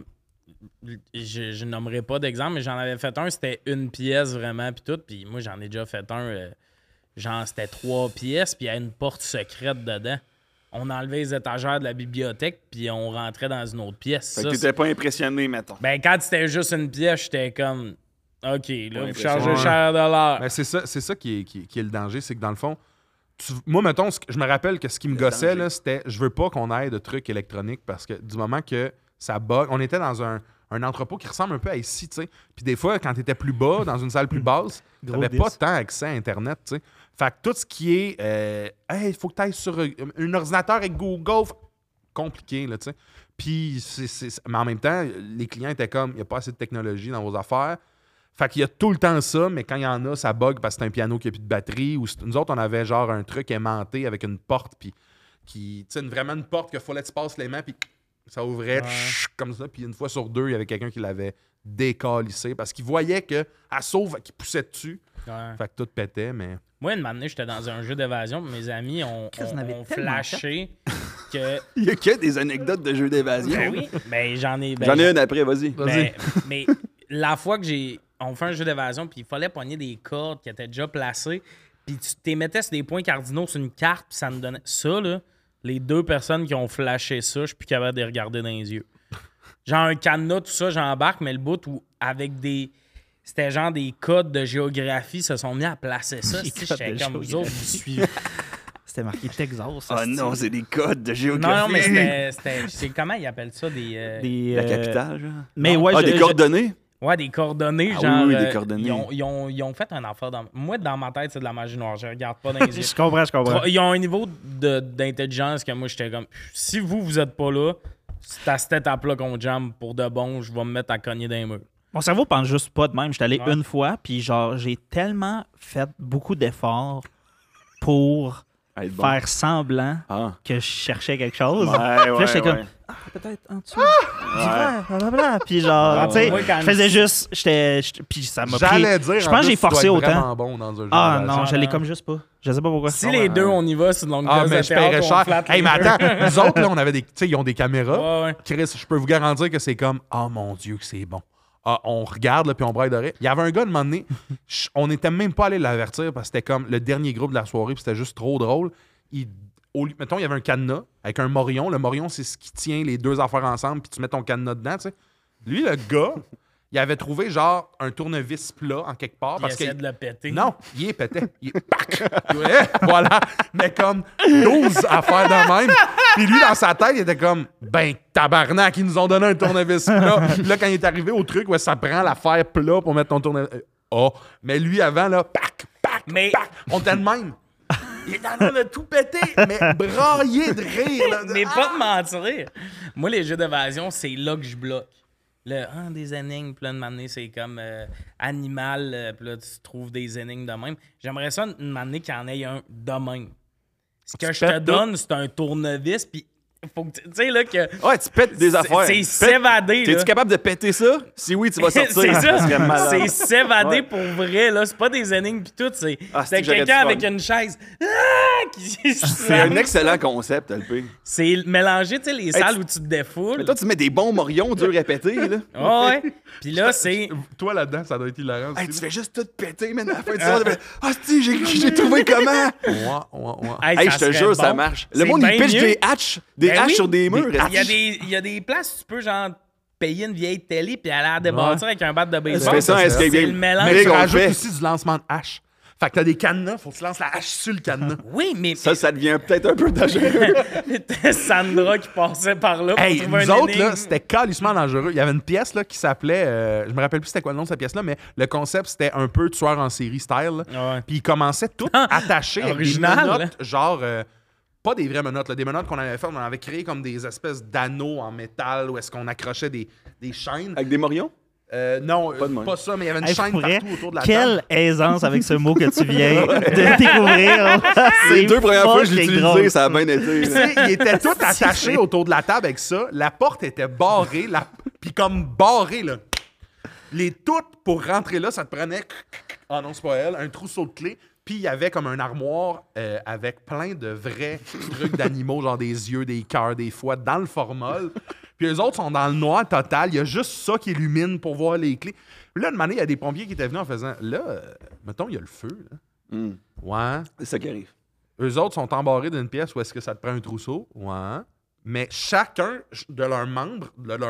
Je nommerai pas d'exemple, mais j'en avais fait un, c'était une pièce vraiment, puis tout. Puis moi, j'en ai déjà fait un, genre, c'était 3 pièces, puis il y a une porte secrète dedans. On enlevait les étagères de la bibliothèque, puis on rentrait dans une autre pièce. Fait que Ça, t'étais pas impressionné, mettons. ben, quand c'était juste une pièce, j'étais comme. OK, là, vous Ouais, chargez ouais. cher de l'heure. Mais c'est ça qui est le danger, c'est que dans le fond, moi, mettons, je me rappelle que ce qui me gossait, danger. là, c'était je veux pas qu'on aille de trucs électroniques parce que du moment que ça bug, on était dans un entrepôt qui ressemble un peu à ici, tu sais. Puis des fois, quand tu étais plus bas, dans une salle plus basse, tu Gros n'avais pas disque. tant accès à Internet, tu sais. Fait que tout ce qui est hey, il faut que tu ailles sur un ordinateur avec Google, compliqué, là, tu sais. Puis, mais en même temps, les clients étaient comme, il n'y a pas assez de technologie dans vos affaires. Fait qu'il y a tout le temps ça, mais quand il y en a, ça bug parce que c'est un piano qui n'a plus de batterie. Ou nous autres, on avait genre un truc aimanté avec une porte, puis tu sais, vraiment une porte qu'il fallait que tu passes les mains, puis ça ouvrait comme ça. Puis une fois sur deux, il y avait quelqu'un qui l'avait décalissé parce qu'il voyait qu'elle sauve, qu'il poussait dessus. Ouais. Fait que tout pétait, mais. Moi, une année, j'étais dans un jeu d'évasion, puis mes amis ont Chris, on avait tellement flashé que. Il y a que des anecdotes de jeux d'évasion. Ben oui, ben j'en ai. Ben, J'en ai une après, vas-y. Ben, mais la fois que on fait un jeu d'évasion, puis il fallait pogner des cordes qui étaient déjà placées, puis tu t'es mettais sur des points cardinaux sur une carte, puis ça nous donnait. Ça, là, les 2 personnes qui ont flashé ça, je suis plus capable de les regarder dans les yeux. Genre un cadenas, tout ça, j'embarque, mais le bout où, avec des. C'était genre des codes de géographie, se sont mis à placer ça. Des Tu sais, codes J'étais de comme vous géographie. autres, vous suivez. C'était marqué Texas. Ah ça, non, c'est des codes de géographie. Non, mais c'est comment ils appellent ça? des, La capitale, genre. Mais Non. ouais, Des coordonnées? Ouais, des coordonnées, Ah genre. oui, des coordonnées. Ils ont fait un affaire dans. Moi, dans ma tête, c'est de la magie noire. Je regarde pas dans les yeux. je comprends. Ils ont un niveau d'intelligence que moi, j'étais comme. Si vous êtes pas là, c'est à cette étape-là qu'on jamme pour de bon, je vais me mettre à cogner dans les murs. Mon cerveau pense juste pas de même. J'étais allé Ouais. une fois, puis genre, j'ai tellement fait beaucoup d'efforts pour Être bon. faire semblant Ah. que je cherchais quelque chose. Ouais, Puis là, ouais, j'étais ouais. comme, peut-être en dessous du verre, blablabla. Puis genre, tu sais, Moi, quand je faisais juste, puis ça m'a pris. J'allais dire, Je en pense que plus, j'ai tu dois forcé être autant. vraiment bon dans un jeu Ah d'évasion. non, je l'ai non. comme juste pas. Je sais pas pourquoi. Si les deux, on y va, c'est une longue Ah, pièce mais de je théâtre, paierais on cher. flatte Hey, les mais deux. attends, nous autres, là, on avait des. Tu sais, ils ont des caméras. Ouais, ouais. Chris, je peux vous garantir que c'est comme, oh mon Dieu, que c'est bon. Ah, on regarde, là, puis on braille de rire. Il y avait un gars, de un moment donné, on n'était même pas allé l'avertir parce que c'était comme le dernier groupe de la soirée, puis c'était juste trop drôle. Mettons, il y avait un cadenas avec un morion. Le morion, c'est ce qui tient les 2 affaires ensemble, puis tu mets ton cadenas dedans, tu sais. Lui, le gars, il avait trouvé genre un tournevis plat en quelque part. Il Parce essaie que de le péter. non, il est pété. Il est pac. Ouais, voilà. Mais comme 12 affaires de même. Puis lui, dans sa tête, il était comme, ben, tabarnak, ils nous ont donné un tournevis plat. Puis là, quand il est arrivé au truc où ça prend l'affaire plat pour mettre ton tournevis. Oh, mais lui, avant, là, pac, Mais- pac. On était de même. Il est en train de tout péter, mais braillé de rire. Là, Mais pas de mentir. Moi, les jeux d'évasion, c'est là que je bloque. Des énigmes, puis là, de m'amener, c'est comme animal, puis là, tu trouves des énigmes de même. J'aimerais ça, de m'amener qu'il y en ait un de même. Ce que je te donne, c'est un tournevis, puis faut que tu sais, là, que. Ouais, tu pètes des affaires. C'est s'évader, là. T'es-tu capable de péter ça? Si oui, tu vas sortir. C'est ça. serait malade. C'est s'évader Ouais. pour vrai, là. C'est pas des énigmes pis tout. C'est c'est que j'aurais quelqu'un du avec fun. une chaise. C'est un excellent concept, LP. C'est mélanger, tu sais, les salles où tu te défoules. Mais toi, tu mets des bons morions durs répétés, là. Ouais. Puis là, c'est. Toi, là-dedans, ça doit être hilarant aussi. Hey, tu fais juste tout péter, man, à la fin du soir. Tu fais, ah, si, j'ai trouvé comment? Hey, Hey, ça je te serait jure, ça bon. marche. Le C'est monde, il bien pitch mieux. des hatches Ben oui. sur des murs. Il y a des places où tu peux, genre, payer une vieille télé puis aller à débattre avec un bat de baseball. fais ça à Escape C'est Game. le mélange. Mais Rick, tu on le rajoutes fait. aussi du lancement de hache. Fait que t'as des cadenas, faut que tu lances la hache sur le cadenas. Oui, mais Ça devient peut-être un peu dangereux. Sandra qui passait par là pour Hey, trouver nous un autres, énigme. là, c'était calissement dangereux. Il y avait une pièce là, qui s'appelait... je me rappelle plus c'était quoi le nom de cette pièce-là, mais le concept, c'était un peu tueur en série style. Ouais. Puis il commençait tout attaché avec des Original, menottes, genre... pas des vraies menottes, là, des menottes qu'on avait fait, on avait créé comme des espèces d'anneaux en métal où est-ce qu'on accrochait des chaînes. Avec des morions? Non, Pas de même. pas ça, mais il y avait une Hey, chaîne pour vrai, partout autour de la quelle table. aisance avec ce mot que tu viens de découvrir. Les deux premières fois que je l'ai fucking utilisé, drôle. ça a bien été. Tu là. sais, il était tout attaché autour de la table avec ça. La porte était barrée, puis comme barrée, là. Les toutes, pour rentrer là, ça te prenait... Ah non, c'est pas elle. Un trousseau de clés. Puis il y avait comme un armoire avec plein de vrais trucs d'animaux, genre des yeux, des cœurs, des foies, dans le formol. Puis eux autres sont dans le noir total. Il y a juste ça qui illumine pour voir les clés. Puis là, une année, il y a des pompiers qui étaient venus en faisant... Là, mettons, il y a le feu. Là. Hmm. Ouais. C'est ça qui arrive. Eux autres sont embarrés d'une pièce où est-ce que ça te prend un trousseau. Ouais. Mais chacun de leurs membres,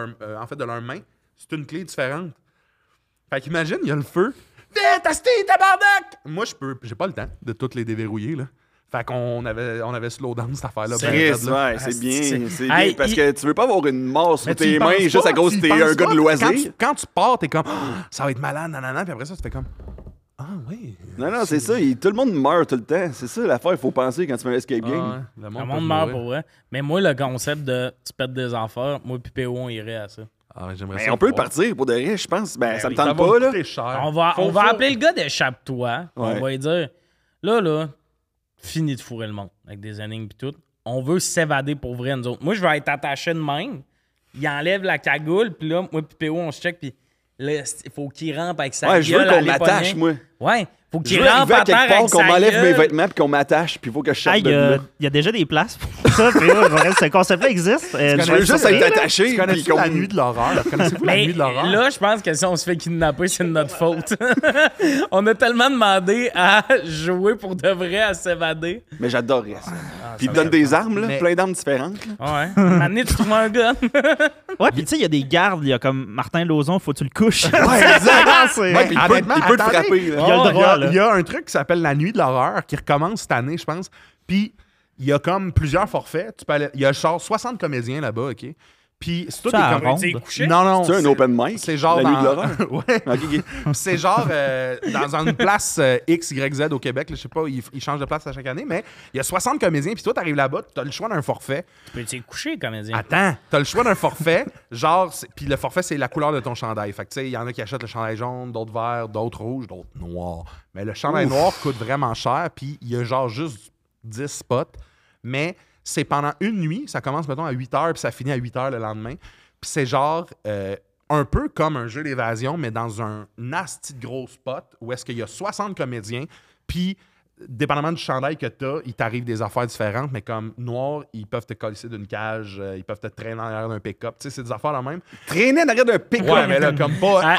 de leurs mains, c'est une clé différente. Fait qu'imagine, il y a le feu. Vite, Asti, tabarnak! Moi, j'ai pas le temps de toutes les déverrouiller, là. Fait qu'on avait slow down cette affaire-là. ben Chris, raide, là. ouais, c'est bien. c'est- C'est Hey, bien. Parce que tu veux pas avoir une mort sur Mais tu tes y mains penses juste pas, à cause tu que y t'es un penses gars pas. de loisir. Quand tu pars, t'es comme, ça va être malade, nanana, puis après ça, tu fais comme, ah oui. Non, c'est ça. Tout le monde meurt tout le temps. C'est ça l'affaire, il faut penser quand tu fais un escape game. Le Le peut monde meurt mourir. pour vrai. Mais moi, le concept de tu pètes des affaires, moi et PO, on irait à ça. Ah, j'aimerais Mais ça on peut le voir. partir pour de vrai, je pense. Ben, ça me Ça tente va pas, là. coûter cher. On va Faut appeler le gars d'Échappe-toi. On Ouais. va lui dire là, fini de fourrer le monde avec des énigmes et tout. On veut s'évader pour vrai, nous autres. Moi, je vais être attaché de même. Il enlève la cagoule, puis là, moi et PO, on se check, puis là, il faut qu'il rampe avec sa Ouais, je veux gueule qu'on à l'éponine. m'attache, moi. Ouais, faut Je qu'il veux rampe arriver à à terre quelque part, avec qu'on sa m'enlève mes gueule. vêtements puis qu'on m'attache, puis il faut que je sorte Ah, de là. il y a déjà des places pour ça. Puis là, vrai, ce concept-là existe. Je veux juste être attaché. Tu connais-tu puis qu'on- la nuit de l'horreur? Connaissez-vous la Mais nuit de l'horreur? là, je pense que si on se fait kidnapper, c'est de notre faute. On a tellement demandé à jouer pour de vrai, à s'évader. Mais j'adorerais ça. Puis il te donne des armes, là, Mais- plein d'armes différentes. là. Ouais. Maintenant, tu trouves un gun. Ouais, puis tu sais, il y a des gardes. Il y a comme Martin Lauzon, faut que tu le couches. Ouais, exact. C'est- Ouais, puis il peut Honnêtement, te attendez. frapper. Il y Là. a le Oh, droit, là. Il y a un truc qui s'appelle la nuit de l'horreur qui recommence cette année, je pense. Puis il y a comme plusieurs forfaits. Tu peux aller... Il y a genre 60 comédiens là-bas, OK? Puis c'est tout Ça, des à comédiens. ronde. couché? Non, non. C'est un open mic. C'est genre la nuit de dans... l'horreur. ouais. Ok, ok. C'est genre dans une place X, Y, Z au Québec. Là, je sais pas, ils changent de place à chaque année, mais il y a 60 comédiens. Puis toi, t'arrives là-bas, t'as le choix d'un forfait. Tu peux coucher, comédien. Attends, t'as le choix d'un forfait, genre, puis le forfait, c'est la couleur de ton chandail. Fait que, tu sais, il y en a qui achètent le chandail jaune, d'autres vert, d'autres rouges, d'autres noirs. Mais le chandail noir coûte vraiment cher, puis il y a genre juste 10 spots. Mais c'est pendant une nuit, ça commence, mettons, à 8 h, puis ça finit à 8 h le lendemain. Puis c'est genre un peu comme un jeu d'évasion, mais dans un nasty de gros spot où est-ce qu'il y a 60 comédiens, puis dépendamment du chandail que t'as, il t'arrive des affaires différentes, mais comme noir, ils peuvent te coller d'une cage, ils peuvent te traîner en arrière d'un pick-up. Tu sais, c'est des affaires là même. Traîner en arrière d'un pick-up. Ouais, mais là, comme pas. Ah,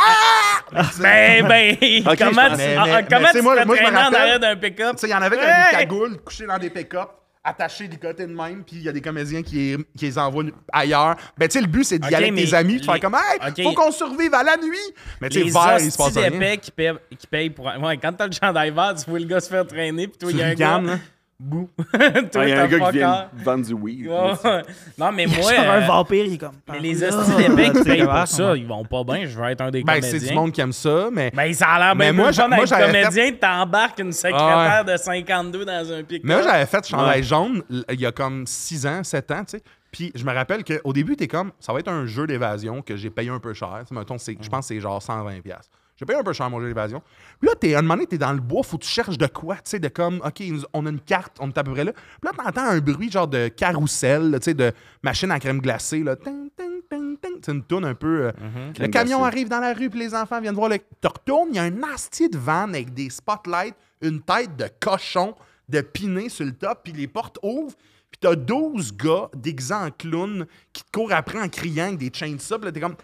ben, Ok, comment je tu mais comment c'est tu moi- te fais moi, je me traîner en rappelle. arrière d'un pick-up? Tu sais, il y en avait qui avaient Hey! des cagoules couchés dans des pick-up, attachés des côtés de même, puis il y a des comédiens qui les envoient ailleurs. Ben, tu sais, le but, c'est d'y Ok, aller avec mais tes amis, puis de faire les- comme, hey, ok. faut qu'on survive à la nuit. Mais tu sais, Les vert, il se passe hosties rien. d'épais qui payent pour... Ouais, quand t'as le chandail vert, tu vois le gars se faire traîner, puis toi, il y a un ricanes, gars... là. Bouh. Ah, Toi, il y a un t'as gars pas qui vient cœur. vendre du weed. Ouais. Non, mais moi... Genre un vampire, il est comme. mais les hosties d'épais qui Tu sais, payent comment- pour ça, ils vont pas bien. Je veux être un des Ben, comédiens. c'est du monde qui aime ça, mais. Ben, ça a l'air Mais bien moi, plus fun moi, d'être j'avais comédien, t'embarques une secrétaire de 52 dans un pick-up. Mais moi, j'avais fait chandail jaune il y a comme 6 ans, 7 ans, tu sais. Puis je me rappelle qu'au début, t'es comme, ça va être un jeu d'évasion que j'ai payé un peu cher. Tu sais, mettons, je pense que c'est genre 120$. J'ai payé un peu cher mon jeu d'évasion. Puis là, à un moment donné, t'es dans le bois, faut que tu cherches de quoi, tu sais, de comme, OK, on a une carte, on est à peu près là. Puis là, t'entends un bruit genre de carrousel, tu sais, de machine à crème glacée, là. Ting, ting, ting, ting. C'est une toune un peu. Le camion arrive dans la rue, puis les enfants viennent voir le. Tu retournes, il y a un nasty de van avec des spotlights, une tête de cochon, de piné sur le top, puis les portes ouvrent. Puis t'as 12 gars déguisés en clown qui te courent après en criant avec des chainsaws. Puis là, t'es comme...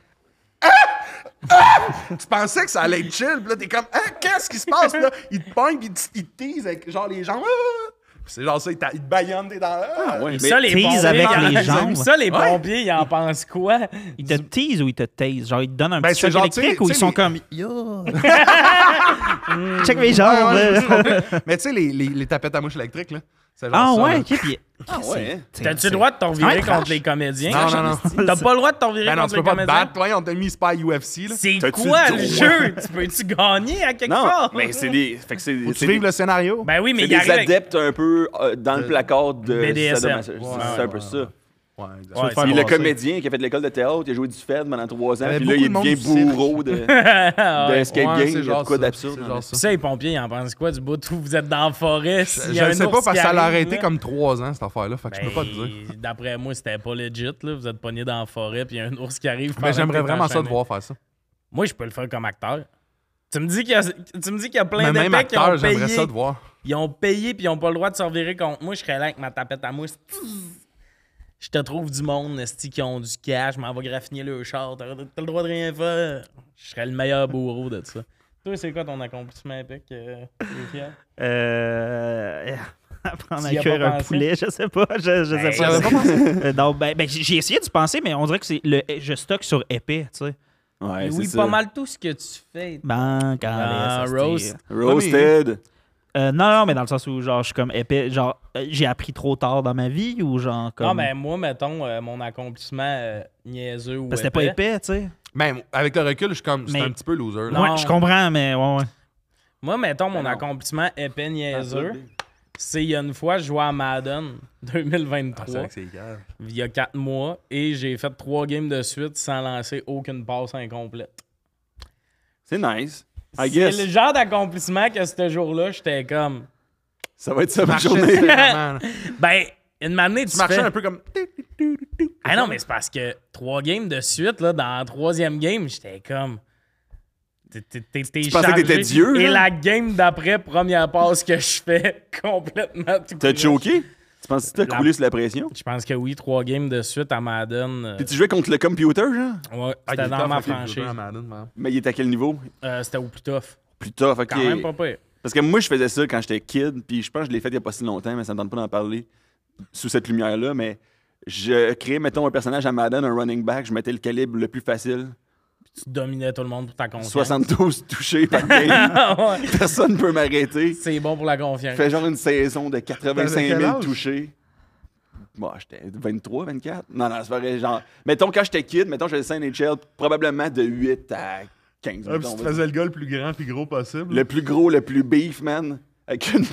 Tu pensais que ça allait être chill. Puis là, t'es comme... qu'est-ce qui se passe? Puis là, ils te pognent, puis ils te teasent avec genre les jambes. Puis c'est genre ça, ils te baillonnent, t'es dans... Mais ça, les pompiers, avec les jambes. Ça, les pompiers, ils en pensent quoi? Ils te teasent ou ils te tasent? Genre, ils te donnent un Ben, petit choc c'est genre, électrique tu ou sais, ils sont les- comme... Yo! Check mes jambes! Ouais, je comprends. Mais tu sais, les tapettes à mouche électriques, là. C'est genre Ah ça, ouais, là. ok. Puis, Ah ouais, hein? T'as-tu le droit de t'en virer trash. contre les comédiens? Non. T'as pas le droit de t'en virer Ben non, contre tu les peux pas te comédiens? battre. Ouais, on t'a mis Spy UFC, là. C'est T'as-tu quoi le le droit? jeu? Tu peux-tu gagner à quelque Non, part? mais c'est des... Fait que c'est Faut que tu c'est vives des, le scénario. Ben oui, mais c'est il des arrive avec... adeptes un peu dans le placard de... BDSM. sadomaso. C'est un peu ça. Ouais, Ouais, exact. Puis le comédien qui a fait de l'école de théâtre, il a joué du Fed pendant 3 ans, avait puis là, il beaucoup de devient monde du cirque. bourreau de Ouais. escape Ouais, game. c'est Il y a genre de quoi ça. d'absurde. C'est dans genre le- ça. Ça, les pompiers, ils en pensent quoi du bout où vous êtes dans la forêt? s'il y a Je un sais pas ours parce que qui ça l'a arrive, arrêté là? comme 3 ans, cette affaire-là. Fait que je peux pas te dire. Ben, d'après moi, c'était pas legit. Là. Vous êtes pognés dans la forêt, puis il y a un ours qui arrive. Mais pendant j'aimerais que t'es vraiment ça de enchaîné. voir faire ça. Moi, je peux le faire comme acteur. Tu me dis qu'il y a plein Mais même d'épais qui acteur, ont j'aimerais payé. ça de voir. Ils ont payé, puis ils ont pas le droit de se revirer contre moi. Je serais là avec ma tapette à mousse. Je te trouve du monde, esti, qui ont du cash. Je m'en vais graffiner le char. T'as le droit de rien faire. Je serais le meilleur bourreau de ça. Toi, c'est quoi ton accomplissement épique? T'es fier? Apprendre Tu y à as cuire pas un pensé? poulet, je sais pas. Je sais Hey, pas. j'avais pas Non, ben, j'ai essayé d'y penser, mais on dirait que je stocke sur épais, tu sais. Ouais, Oui, c'est pas ça. mal tout ce que tu fais. Ben, quand Ah, roast. Roasted. non, mais dans le sens où, genre, je suis comme épais. Genre, j'ai appris trop tard dans ma vie ou genre comme. Non, mais moi, mettons, mon accomplissement niaiseux ou Parce que c'était pas épais, tu sais. Ben, avec le recul, je suis comme. C'est Mais- un petit peu loser. là. Non. Ouais, je comprends, mais ouais. Moi, mettons, mon Ben non. accomplissement épais niaiseux, Ah, c'est il y a une fois, je jouais à Madden Ah, 2023, c'est vrai que c'est égal. il y a 4 mois, et j'ai fait 3 games de suite sans lancer aucune passe incomplète. C'est nice. I C'est guess. le genre d'accomplissement que ce jour-là, j'étais comme... Ça va être ça ma Marchais journée. différemment, là. Ben, une manée, Tu marchais fais... un peu comme. Ah non, mais c'est parce que 3 games de suite, là, dans la 3e game, j'étais comme... T'es Tu pensais que t'étais chargé. Dieu, Et là? la game d'après, première passe que je fais, complètement tout T'as croche. choqué? Tu penses que t'as La- coulé sous la pression? Je pense que oui, 3 games de suite à Madden. Puis tu jouais contre le computer, genre? Ouais, Ah, il c'était est dans tough, ma ok, je joue franchise. à Madden, man. Mais il était à quel niveau? C'était au plus tough. Plus tough, ok. Quand même pas pire. Parce que moi, je faisais ça quand j'étais kid, puis je pense que je l'ai fait il y a pas si longtemps, mais ça me tente pas d'en parler sous cette lumière-là, mais je créais, mettons, un personnage à Madden, un running back, je mettais le calibre le plus facile. Tu dominais tout le monde pour ta confiance. 72 touchés par game. Ouais. Personne ne peut m'arrêter. C'est bon pour la confiance. Je fais genre une saison de 85 T'avais quel 000 âge? touchés. Bon, j'étais 23, 24. Non, c'est pas vrai. Genre, mettons, quand j'étais kid, mettons, j'avais 5 NHL, probablement de 8 à 15. Ah, mettons, puis on tu va faisais le gars le plus grand puis gros possible. dire. Le plus gros, le plus beef, man. Avec une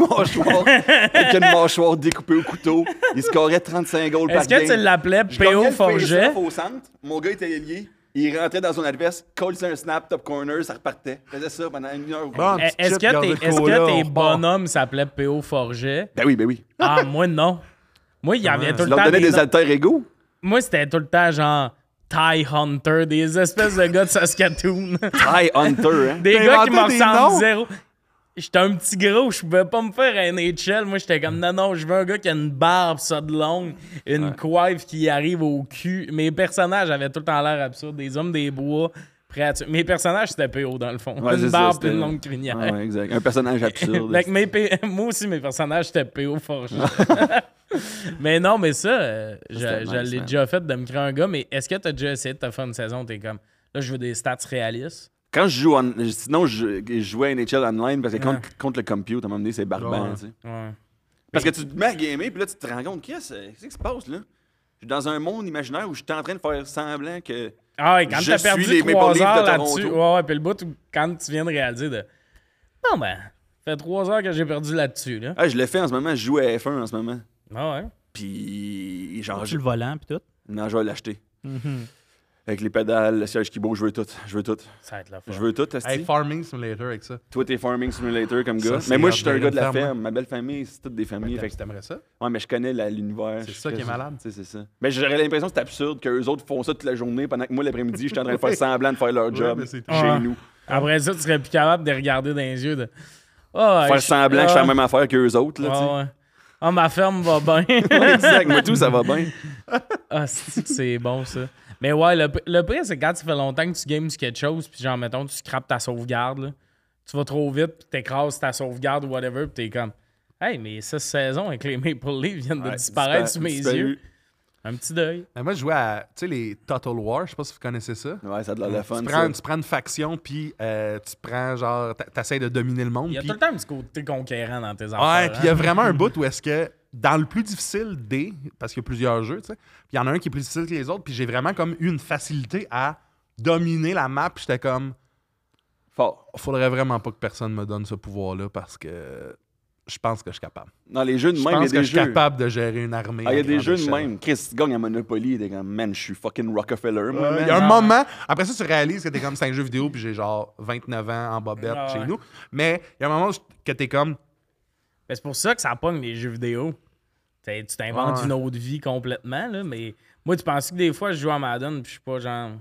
mâchoire découpée au couteau. Il scorait 35 goals par Est-ce game. que tu l'appelais Je gagnais P.O. le Forget? face-off au centre. Mon gars était lié. Il rentrait dans son adverse, collait un snap, top corner, ça repartait. Il faisait ça pendant 1 heure. Bon, petite Est-ce chip, gardez que le cola, on tes repart. bonhommes s'appelaient P.O. Forget? Ben oui, ben oui. Ah, moi, non. Moi, il y avait tout Tu le leur temps donnais des noms. alter ego. Moi, c'était tout le temps genre Ty Hunter, des espèces de gars de Saskatoon. Hi, Hunter, hein. Des T'as gars qui me inventé des ressemblent noms? zéro. J'étais un petit gros, je pouvais pas me faire un NHL. Moi, j'étais comme, non, je veux un gars qui a une barbe, ça de longue, une coiffe qui arrive au cul. Mes personnages avaient tout le temps l'air absurde. Des hommes des bois, prêts à tuer. Mes personnages, c'était PO, dans le fond. Ouais, c'est une ça, barbe c'était- et une longue crinière. Ah ouais, exact. Un personnage absurde. Fait que moi aussi, mes personnages, c'était PO Forge. Mais non, mais ça, je C'était nice, l'ai man. déjà fait de me créer un gars. Mais est-ce que t'as déjà essayé de te faire une saison? T'es comme, là, je veux des stats réalistes. Quand je joue sinon je jouais à NHL online parce que contre le compute, à un moment donné, c'est barbant, Ouais. tu sais. Ouais. Parce que tu te mets à gamer, puis là, tu te rends compte, qu'est-ce qui se passe, là? Je suis dans un monde imaginaire où je suis en train de faire semblant que... Ah ouais, quand Je t'as suis perdu les Maple 3 Leafs heures de là-dessus, Toronto. ouais, puis le bout, quand tu viens de réaliser de... Non, ben, ça fait 3 heures que j'ai perdu là-dessus, là. Ah, je le fais en ce moment, je joue à F1 en ce moment. Ah ouais. Puis, genre, Sur le volant, puis tout. non, je vais l'acheter. Avec les pédales, le siège qui bouge, je veux tout. Ça va être la fin. Je veux tout, esti. Hey, Farming Simulator avec ça. Toi, t'es Farming Simulator comme Ça, gars. c'est Mais moi, je suis un bien gars de la une ferme, ferme. Ma belle famille, c'est toutes des familles. Fait que- T'aimerais ça? Ouais, mais je connais l'univers. C'est ça qui est malade. Tu sais, c'est ça. Mais j'aurais l'impression que c'est absurde qu'eux autres font ça toute la journée pendant que moi, l'après-midi, je suis en train de faire semblant de faire leur job mais c'est- chez Ouais. nous. Après ça, tu serais plus capable de regarder dans les yeux de. Ah, Faire semblant que je fais la même affaire qu'eux autres, là, tu sais. Ouais. Ah, ma ferme va bien. Ouais, exact. Moi, tout, ça va bien. Ah, c'est bon, ça. Mais ouais, le pire, c'est quand ça fait longtemps que tu games sur quelque chose, puis genre, mettons, tu scrapes ta sauvegarde, là. Tu vas trop vite, puis t'écrases ta sauvegarde ou whatever, puis t'es comme, hey, mais cette saison avec les Maple Leafs viennent de Ouais, disparaître sous mes disparu. yeux. Un petit deuil. Mais moi, je jouais à, tu sais, les Total War, je sais pas si vous connaissez ça. Ouais, ça a de l'air le fun. Tu ça. prends une faction, puis tu prends, genre, t'essaies de dominer le monde. Il y a puis- tout le temps un petit côté conquérant dans tes affaires. Ouais, puis il y a hein. vraiment un bout où est-ce que, dans le plus difficile des, parce qu'il y a plusieurs jeux, tu sais, puis il y en a un qui est plus difficile que les autres, puis j'ai vraiment comme eu une facilité à dominer la map, puis j'étais comme, Fort. faudrait vraiment pas que personne me donne ce pouvoir-là, parce que je pense que je suis capable. Dans les jeux de Je même, il y a pense que des je suis jeux. capable de gérer une armée. Ah, il y a à des grande jeux de échelle. même. Chris, tu gagnes à Monopoly, t'es comme, man, je suis fucking Rockefeller, moi, Il man. y a un Ah. moment, après ça, tu réalises que t'es comme, c'est un jeu vidéo, puis j'ai genre 29 ans en bobette Ah chez ouais. nous. Mais il y a un moment que t'es comme, Ben, c'est pour ça que ça pogne les jeux vidéo. Tu t'inventes Ouais. une autre vie complètement, là, mais moi, tu penses que des fois, je joue à Madden, puis je suis pas genre.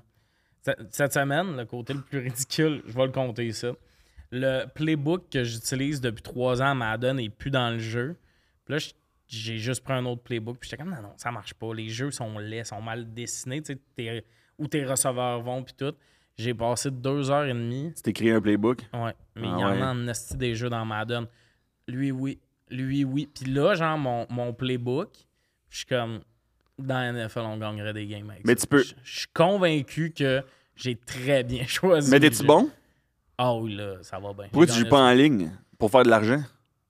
Cette semaine, le côté le plus ridicule, je vais le compter ça. Le playbook que j'utilise depuis 3 ans à Madden n'est plus dans le jeu. Puis là, j'ai juste pris un autre playbook, puis j'étais comme, non, ça marche pas. Les jeux sont laids, sont mal dessinés, tu sais, où tes receveurs vont, puis tout. J'ai passé 2h30. Tu t'es créé un playbook. Ouais, mais Ah il y en ouais. a en esti des jeux dans Madden. Lui, oui. Puis là, genre, mon playbook, je suis comme, dans la NFL, on gagnerait des games avec Mais ça. tu peux- Je suis convaincu que j'ai très bien choisi. Mais le t'es-tu jeu. bon? Ah oui, là, ça va bien. Pourquoi J'ai tu joues gagné pas en ligne? Pour faire de l'argent?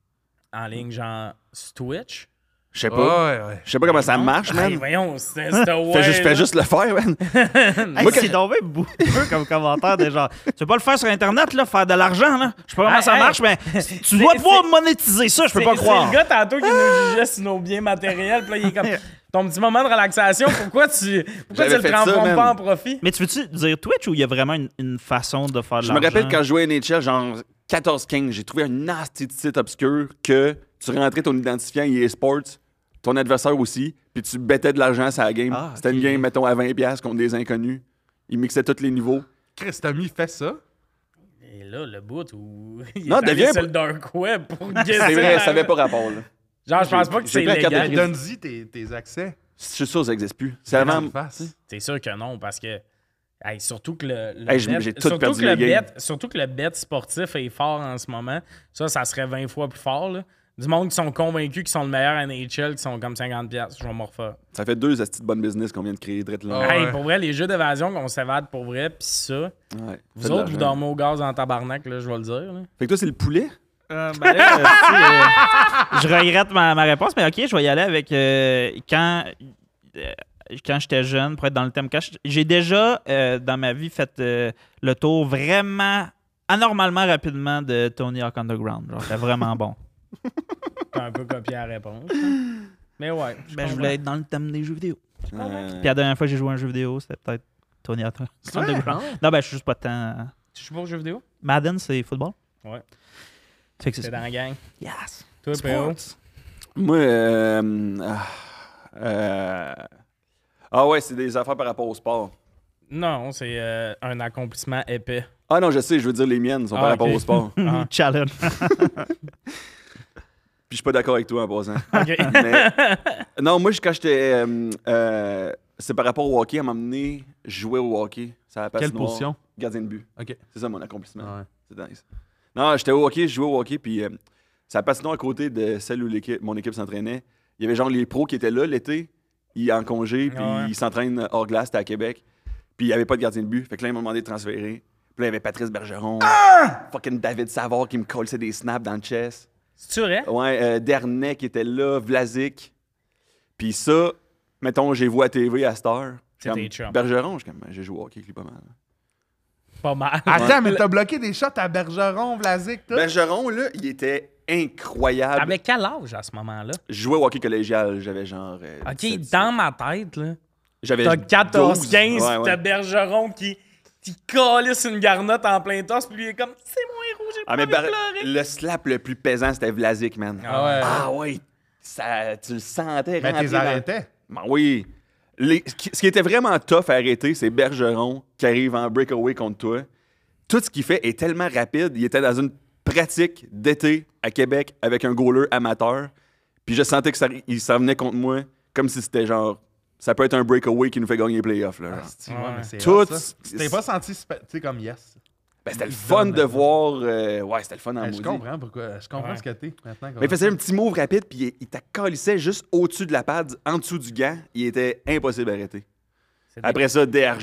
en ligne, genre, sur Twitch? Je sais pas. ouais. Je sais pas comment ça Non? marche, Hey, man. voyons, c'était Fais juste le faire, man. Hey, Moi, c'est tombé boueux comme commentaire de genre, tu veux pas le faire sur Internet, là, faire de l'argent, là? Je sais pas comment Hey, ça hey. marche, mais tu dois devoir monétiser ça, je peux pas croire. C'est le gars tantôt qui nous jugeait sur nos biens matériels, puis là, il est comme, ton petit moment de relaxation, pourquoi tu J'avais le fait ça, transformes man. pas en profit? Mais tu veux-tu dire Twitch ou il y a vraiment une façon de faire de Je l'argent? me rappelle quand je jouais à NHL, genre 14-15, j'ai trouvé un nasty site obscur que tu rentrais ton identifiant EA Sports, ton adversaire aussi, puis tu bettais de l'argent sur la game. Ah, C'était une ok. game, mettons, à 20$ contre des inconnus. Ils mixaient tous les niveaux. Chris, Tommy fait ça. Et là, le bout où il Non, est allé deviens sur pas- le dark web pour guesser. C'est vrai, ça avait pas rapport, là. Genre, je pense pas que j'ai c'est pris la carte de légal. crédit. Donne-y tes accès. Je suis sûr que ça n'existe plus. C'est avant. C'est sûr que non, parce que hey, surtout que le Hey, bet- j'ai tout surtout perdu que le les games. bet- surtout que le bet sportif est fort en ce moment. Ça serait 20 fois plus fort. Là. Du monde qui sont convaincus qu'ils sont le meilleur NHL, qui sont comme 50$. Je vais m'en refaire. Ça fait 2 astuces de bonne business qu'on vient de créer, drette là. Ah. Hey, ouais. pour vrai, les jeux d'évasion qu'on s'évade pour vrai, pis ça, Ouais. vous Fait de autres, vous l'argent. dormez au gaz en tabarnak, là, je vais le dire. Là. Fait que toi, c'est le poulet? Ben là, tu sais, je regrette ma réponse, mais ok, je vais y aller avec quand j'étais jeune, pour être dans le thème cash. J'ai déjà, dans ma vie, fait le tour vraiment anormalement rapidement de Tony Hawk Underground. Genre, c'était vraiment bon. T'as un peu copié la réponse. Mais ouais. Ben, je voulais être dans le thème des jeux vidéo. Puis Euh, la dernière fois que j'ai joué à un jeu vidéo, c'était peut-être Tony Hawk Underground. Non, ben, je suis juste pas tant. Tu joues pas aux jeux vidéo? Madden, c'est football? Ouais. Fait que c'est C'est ça. dans la gang. Yes. Toi, PO? Moi, ah ouais, c'est des affaires par rapport au sport. Non, c'est un accomplissement épais. Ah non, je sais, je veux dire les miennes sont par Ah, rapport ok. au sport. Ah. Challenge. Puis je suis pas d'accord avec toi en passant. OK. Mais- non, moi, quand j'étais. C'est par rapport au hockey, à m'amener jouer au hockey. Ça la Quelle patinoire, position? Gardien de but. OK. C'est ça mon accomplissement. Ouais. C'est nice. Non, j'étais au hockey, je jouais au hockey, puis ça patinoire à côté de celle où mon équipe s'entraînait. Il y avait genre les pros qui étaient là l'été, ils en congé, puis Ouais. ils s'entraînent hors glace, c'était à Québec. Puis il n'y avait pas de gardien de but. Fait que là, ils m'ont demandé de transférer. Puis là, il y avait Patrice Bergeron, fucking David Savard qui me collait des snaps dans le chest. C'est-tu vrai? Ouais, Dernay qui était là, Vlasic. Puis ça, mettons, j'ai vu à TV à cette heure. C'est tes chums. Bergeron, je suis comme, j'ai joué au hockey avec lui pas mal. Pas mal. Attends, mais t'as bloqué des shots à Bergeron, Vlasic, tout? Bergeron, là, il était incroyable. Avec quel âge à ce moment-là? Je jouais au hockey collégial, j'avais genre. OK, 17, dans ma tête, là, J'avais T'as 14-15, 12. Ouais, t'as Bergeron qui calisse une garnotte en plein torse, puis lui il est comme, c'est mon héros, j'ai pas mais envie de pleurer. le slap le plus pesant, c'était Vlasic, man. Ah ouais. Ah oui, tu le sentais Mais rentrer t'es dans- arrêtais. Ben oui. Ce qui était vraiment tough à arrêter, c'est Bergeron qui arrive en breakaway contre toi. Tout ce qu'il fait est tellement rapide. Il était dans une pratique d'été à Québec avec un goaler amateur. Puis je sentais qu'il s'en venait contre moi comme si c'était genre... Ça peut être un breakaway qui nous fait gagner les playoffs. Là. Ouais, mais c'est Tout... hot, ça. Tu t'es pas senti, tu sais, comme yes. Ben, c'était le fun de voir... ouais, c'était le fun en Ben, maudit. je comprends pourquoi. Je comprends ce que t'es maintenant. Mais il faisait un petit move rapide, puis il t'accolissait juste au-dessus de la pad, en dessous du gant. Il était impossible à arrêter. Après ça,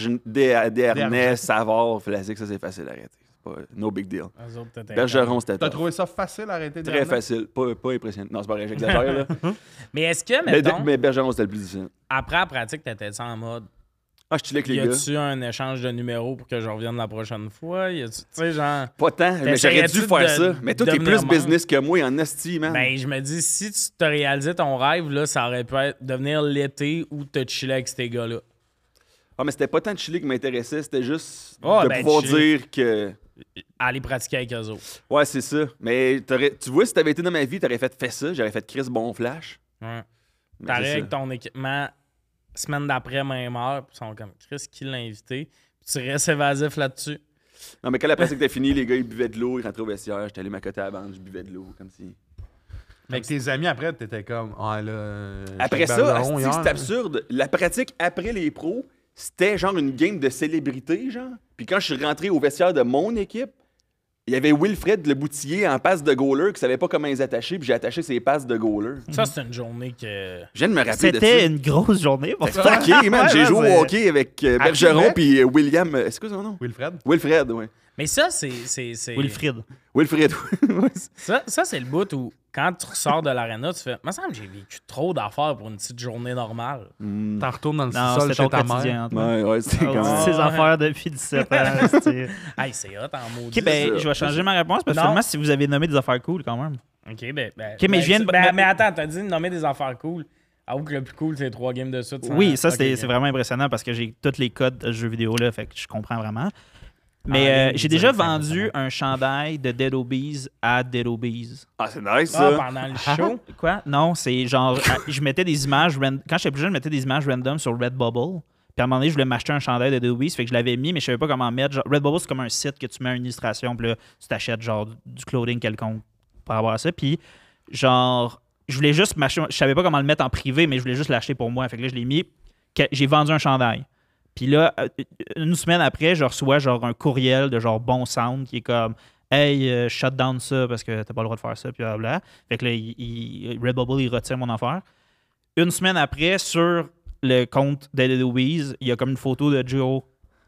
Desharnais, Savard, Vlasic, ça c'est facile à arrêter. C'est pas... No big deal. Eux autres, t'étais Bergeron, c'était T'as tough. trouvé ça facile à arrêter Très Desharnais? facile. Pas impressionnant. Non, c'est pas vrai, j'exagère, là. Mais est-ce que, mettons, mais Bergeron, c'était le plus difficile. après la pratique, t'étais-tu en mode, Ah, je chillais avec y les gars. a-tu un échange de numéros pour que je revienne la prochaine fois? Tu sais, genre... Pas tant, mais j'aurais dû T'essayerais-tu faire de ça. Mais toi, t'es devenir plus membre? business que moi en esti, man. Ben, je me dis, si tu te réalisais ton rêve, là, ça aurait pu être devenir l'été où te chiller avec ces gars-là. Ah, mais c'était pas tant de chiller qui m'intéressait, c'était juste Oh, de ben, pouvoir chiller. dire que... Aller pratiquer avec eux autres. Ouais, c'est ça. Mais tu vois, si t'avais été dans ma vie, t'aurais fait ça. J'aurais fait Chris bon flash. Ouais. Mais T'arrives c'est avec ça. ton équipement, semaine d'après, même heure, puis ils sont comme, Chris, qui l'a invité? Puis tu restes évasif là-dessus. Non, mais quand la pratique était finie, les gars, ils buvaient de l'eau, ils rentraient au vestiaire. J'étais allé m'accoter à la bande, je buvais de l'eau, comme si... Avec tes amis après, t'étais comme. Ah là. Après j'étais ça, Bergeron asti, hier, c'est là. absurde. La pratique après les pros, c'était genre une game de célébrité, genre. Puis quand je suis rentré au vestiaire de mon équipe, il y avait Wilfred Le Boutillier en passe de goaler qui savait pas comment les attacher, puis j'ai attaché ses passes de goaler. Ça, c'est une journée que... Je viens de me rappeler de ça. C'était une grosse journée pour ça. OK, man, j'ai Ouais, joué c'est- au hockey avec Bergeron Québec? puis William... c'est quoi son nom? Wilfred. Wilfred, ouais. Mais ça, c'est... Wilfried. Wilfred, ouais. Ça, c'est le bout où, quand tu ressors de l'aréna, tu fais, me semble que j'ai vécu trop d'affaires pour une petite journée normale. T'en retournes dans le Non, sous-sol c'était chez ton ta mère. quotidien, Antoine. Ouais, c'était Ah, quand même... Ces ouais. affaires depuis 17 ans. c'est- Hey, c'est hot en maudit. OK, ben, ça. je vais changer ma réponse parce que Non. seulement si vous avez nommé des affaires cool quand même. OK, ben... OK, mais je viens de- mais attends, t'as dit de nommer des affaires cool. Avoue que le plus cool, c'est 3 games de suite. Oui, ça, Ok, c'est ok. c'est vraiment impressionnant parce que j'ai tous les codes de ce jeu vidéo là, fait que je comprends vraiment. En Mais ligne, j'ai déjà direct, c'est vendu impressionnant. un chandail de Dead Obies à Dead Obies. Ah, c'est nice, Ah, ça. pendant le show. Quoi? Non, c'est genre, je mettais des images, quand j'étais plus jeune, je mettais des images random sur Redbubble. Puis à un moment donné, je voulais m'acheter un chandail de Dead Obies, fait que je l'avais mis, mais je savais pas comment mettre. Genre, Redbubble, c'est comme un site que tu mets une illustration, puis là, tu t'achètes genre du clothing quelconque par rapport à ça. Puis genre, je voulais juste m'acheter, je savais pas comment le mettre en privé, mais je voulais juste l'acheter pour moi. Fait que là, je l'ai mis, j'ai vendu un chandail. Puis là, une semaine après, je reçois genre un courriel de genre Bon Sound qui est comme Hey, shut down ça parce que t'as pas le droit de faire ça, puis blablabla. Fait que là, Redbubble, il retire mon affaire. Une semaine après, sur le compte d'Eddie Louise, il y a comme une photo de Joe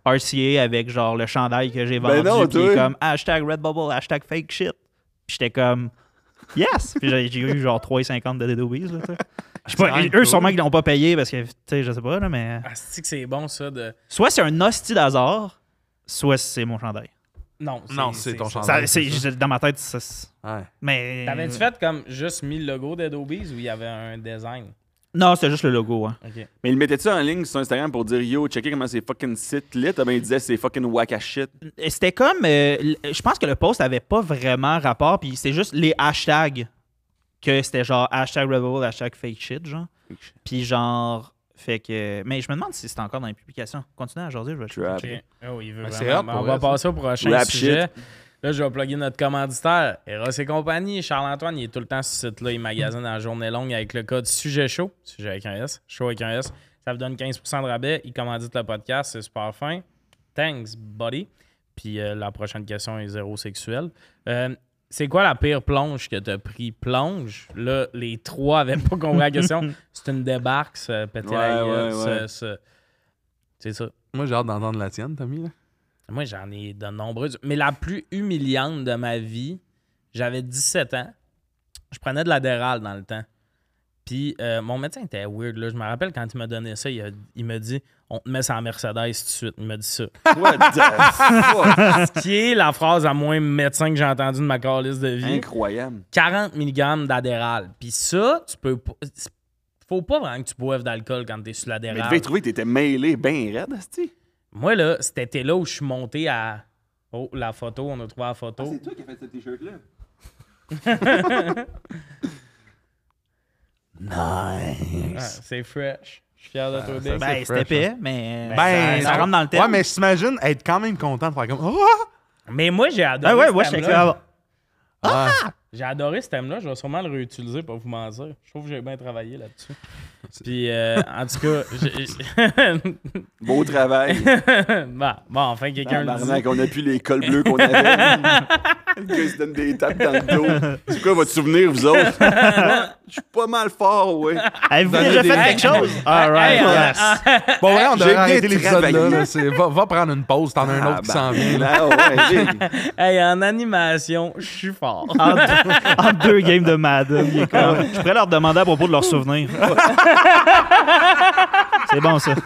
RCA avec genre le chandail que j'ai vendu. Ben non, puis il toi. est comme hashtag Redbubble, hashtag fake shit. Puis j'étais comme Yes! Puis j'ai eu genre 3,50 de Dead Obies, là, tu sais. Je sais pas, C'est eux, cool. sûrement qu'ils l'ont pas payé parce que, tu sais, je sais pas, là, mais. Ah, c'est que c'est bon, ça, de... Soit c'est un hostie d'hasard, soit c'est mon chandail. Non, c'est ton ça. chandail. Dans ma tête, ça. Ouais. Mais. T'avais-tu fait comme juste mis le logo d'Adobe's ou il y avait un design? Non, c'était juste le logo, hein. OK. Mais il mettait-tu en ligne sur Instagram pour dire yo, checker comment c'est fucking site lit? Ah ben il disait c'est fucking whack as shit. Et c'était comme. Je pense que le post avait pas vraiment rapport, puis c'est juste les hashtags. Que c'était genre hashtag Rebel, hashtag fake shit, genre. Puis genre. Fait que. Mais je me demande si c'est encore dans les publications. Continuez à jaser, je vais Trap. checker. OK. Oh, il veut Ben, c'est vraiment. hot pour On va vrai, ça. passer au prochain Rap sujet. Là, je vais plugger notre commanditaire, Eros et compagnie. Charles-Antoine, il est tout le temps sur ce site-là. Il magasine dans la journée longue avec le code sujet chaud. Sujet avec un S. Chaud avec un S. Ça vous donne 15% de rabais. Il commandite le podcast. C'est super fin. Thanks, buddy. Puis la prochaine question est zéro sexuel. C'est quoi la pire plonge que t'as pris? Plonge? Là, les trois avaient pas compris la question. C'est une débarque, ça, péter la Ouais, gueule, ouais, ouais. C'est ça. Moi, j'ai hâte d'entendre la tienne, Tommy. Là. Moi, j'en ai de nombreuses. Mais la plus humiliante de ma vie, j'avais 17 ans. Je prenais de l'Adderall dans le temps. Puis mon médecin était weird. Là. Je me rappelle quand il m'a donné ça, il m'a dit on te met sur la Mercedes tout de suite. Il m'a dit ça. What the fuck? Ce qui est la phrase à moins médecin que j'ai entendue de ma calice de vie. Incroyable. 40 mg d'Adderall. Puis ça, tu peux pas. faut pas vraiment que tu boives d'alcool quand t'es sur la Mais dérape. tu devais trouver que t'étais mêlé bien raide, asti. Moi, là, cet été-là où je suis monté à... Oh, la photo, on a trouvé la photo. toi qui as fait ce t-shirt-là. Nice. Ah, c'est fresh. Je suis fier de toi, Big. Ben, c'était épais, mais ça rentre dans le thème. Ouais, mais t'imagines être quand même content de faire comme. Oh! Mais moi, j'ai adoré Ah ouais, ce moi, j'étais thème-là. clair. J'ai adoré ce thème-là. Je vais sûrement le réutiliser pour vous mentir. Je trouve que j'ai bien travaillé là-dessus. Puis, en tout cas, Beau travail. bon, enfin, quelqu'un le dit. Tabarnak, on a plus les cols bleus qu'on avait. Le gars, il se donne des tapes dans le dos. C'est quoi votre souvenir, vous autres? Je suis pas mal fort, ouais. Avez-vous Donner déjà des- fait quelque chose? All right, Hey, yes. Bon, ouais, on J'ai devrait bien arrêter l'épisode là. travaillé. Va prendre une pause, t'en as un autre qui s'en vient. Là. Ah, ouais, j'ai- Hey, en animation, je suis fort. En 2 games de Madden, il est comme... Je pourrais leur demander à propos de leurs souvenirs. C'est bon, ça.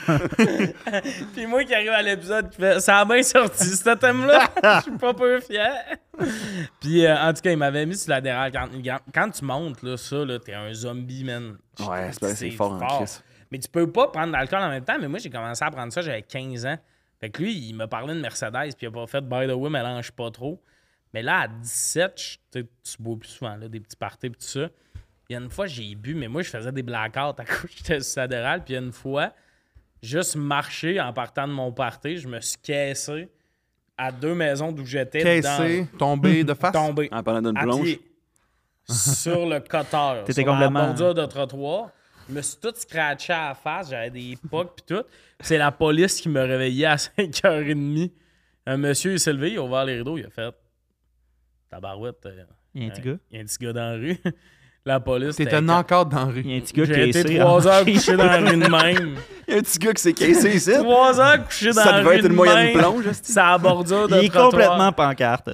Puis moi qui arrive à l'épisode, qui fait ça a bien sorti ce thème-là. Je suis pas peu fier. Puis en tout cas, il m'avait mis sur la dérape. Quand tu montes, là, ça, là, t'es un zombie, man. Ouais, c'est fort en crise. Mais tu peux pas prendre d'alcool en même temps. Mais moi, j'ai commencé à prendre ça, j'avais 15 ans. Fait que lui, il m'a parlé de Mercedes, puis il a pas fait by the way, mélange pas trop. Mais là, à 17, tu bois plus souvent, là, des petits parties, pis tout ça. Il y a une fois, j'ai bu, mais moi, je faisais des blackouts à cause que j'étais sur Sadéral. Puis il y a une fois, juste marché en partant de mon party, je me suis caissé à 2 maisons d'où j'étais. Caissé, tombé de face. Tombé. En parlant d'une À plonge. pied. Sur le cutter. T'étais sur complètement- la bordure de trottoir. Je me suis tout scratché à la face. J'avais des pocs pis tout. C'est la police qui m'a réveillé à 5h30. Un monsieur, il s'est levé, il a ouvert les rideaux, il a fait... Tabarouette. Il y a un petit gars. Il y a un petit gars dans la rue. La police... T'étais knock-out dans la rue. Il y a un petit gars qui J'ai est été essayé. 3 heures couché dans la rue de même. Il y a un petit gars qui s'est caissé ici. 3 heures couché dans Ça la devait rue être de une moyenne même. plonge, esti. C'est à la bordure de Il est trottoir. complètement pancarte.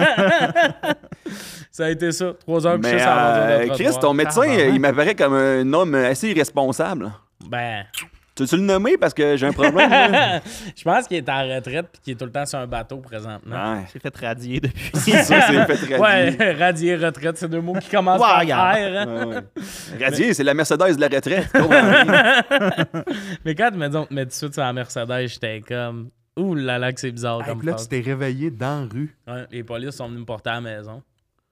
Ça a été ça. 3 heures couché Mais sur la bordure de trottoir. Chris, ton médecin, il m'apparaît comme un homme assez irresponsable. Ben... Tu veux-tu le nommer parce que j'ai un problème? là? Je pense qu'il est en retraite puis qu'il est tout le temps sur un bateau présentement. Ouais. J'ai fait radier depuis. Ça, c'est fait radier. Ouais, radier, retraite, c'est 2 mots qui commencent Ouais, par regarde. R. Hein? Ouais, ouais. Radier, c'est la Mercedes de la retraite. tu comprends? Mais quand tu me dis on te met tout de suite sur la Mercedes, j'étais comme ouh là là que c'est bizarre Hey, comme puis là, phrase. tu t'es réveillé dans la rue. Ouais, les polices sont venus me porter à la maison.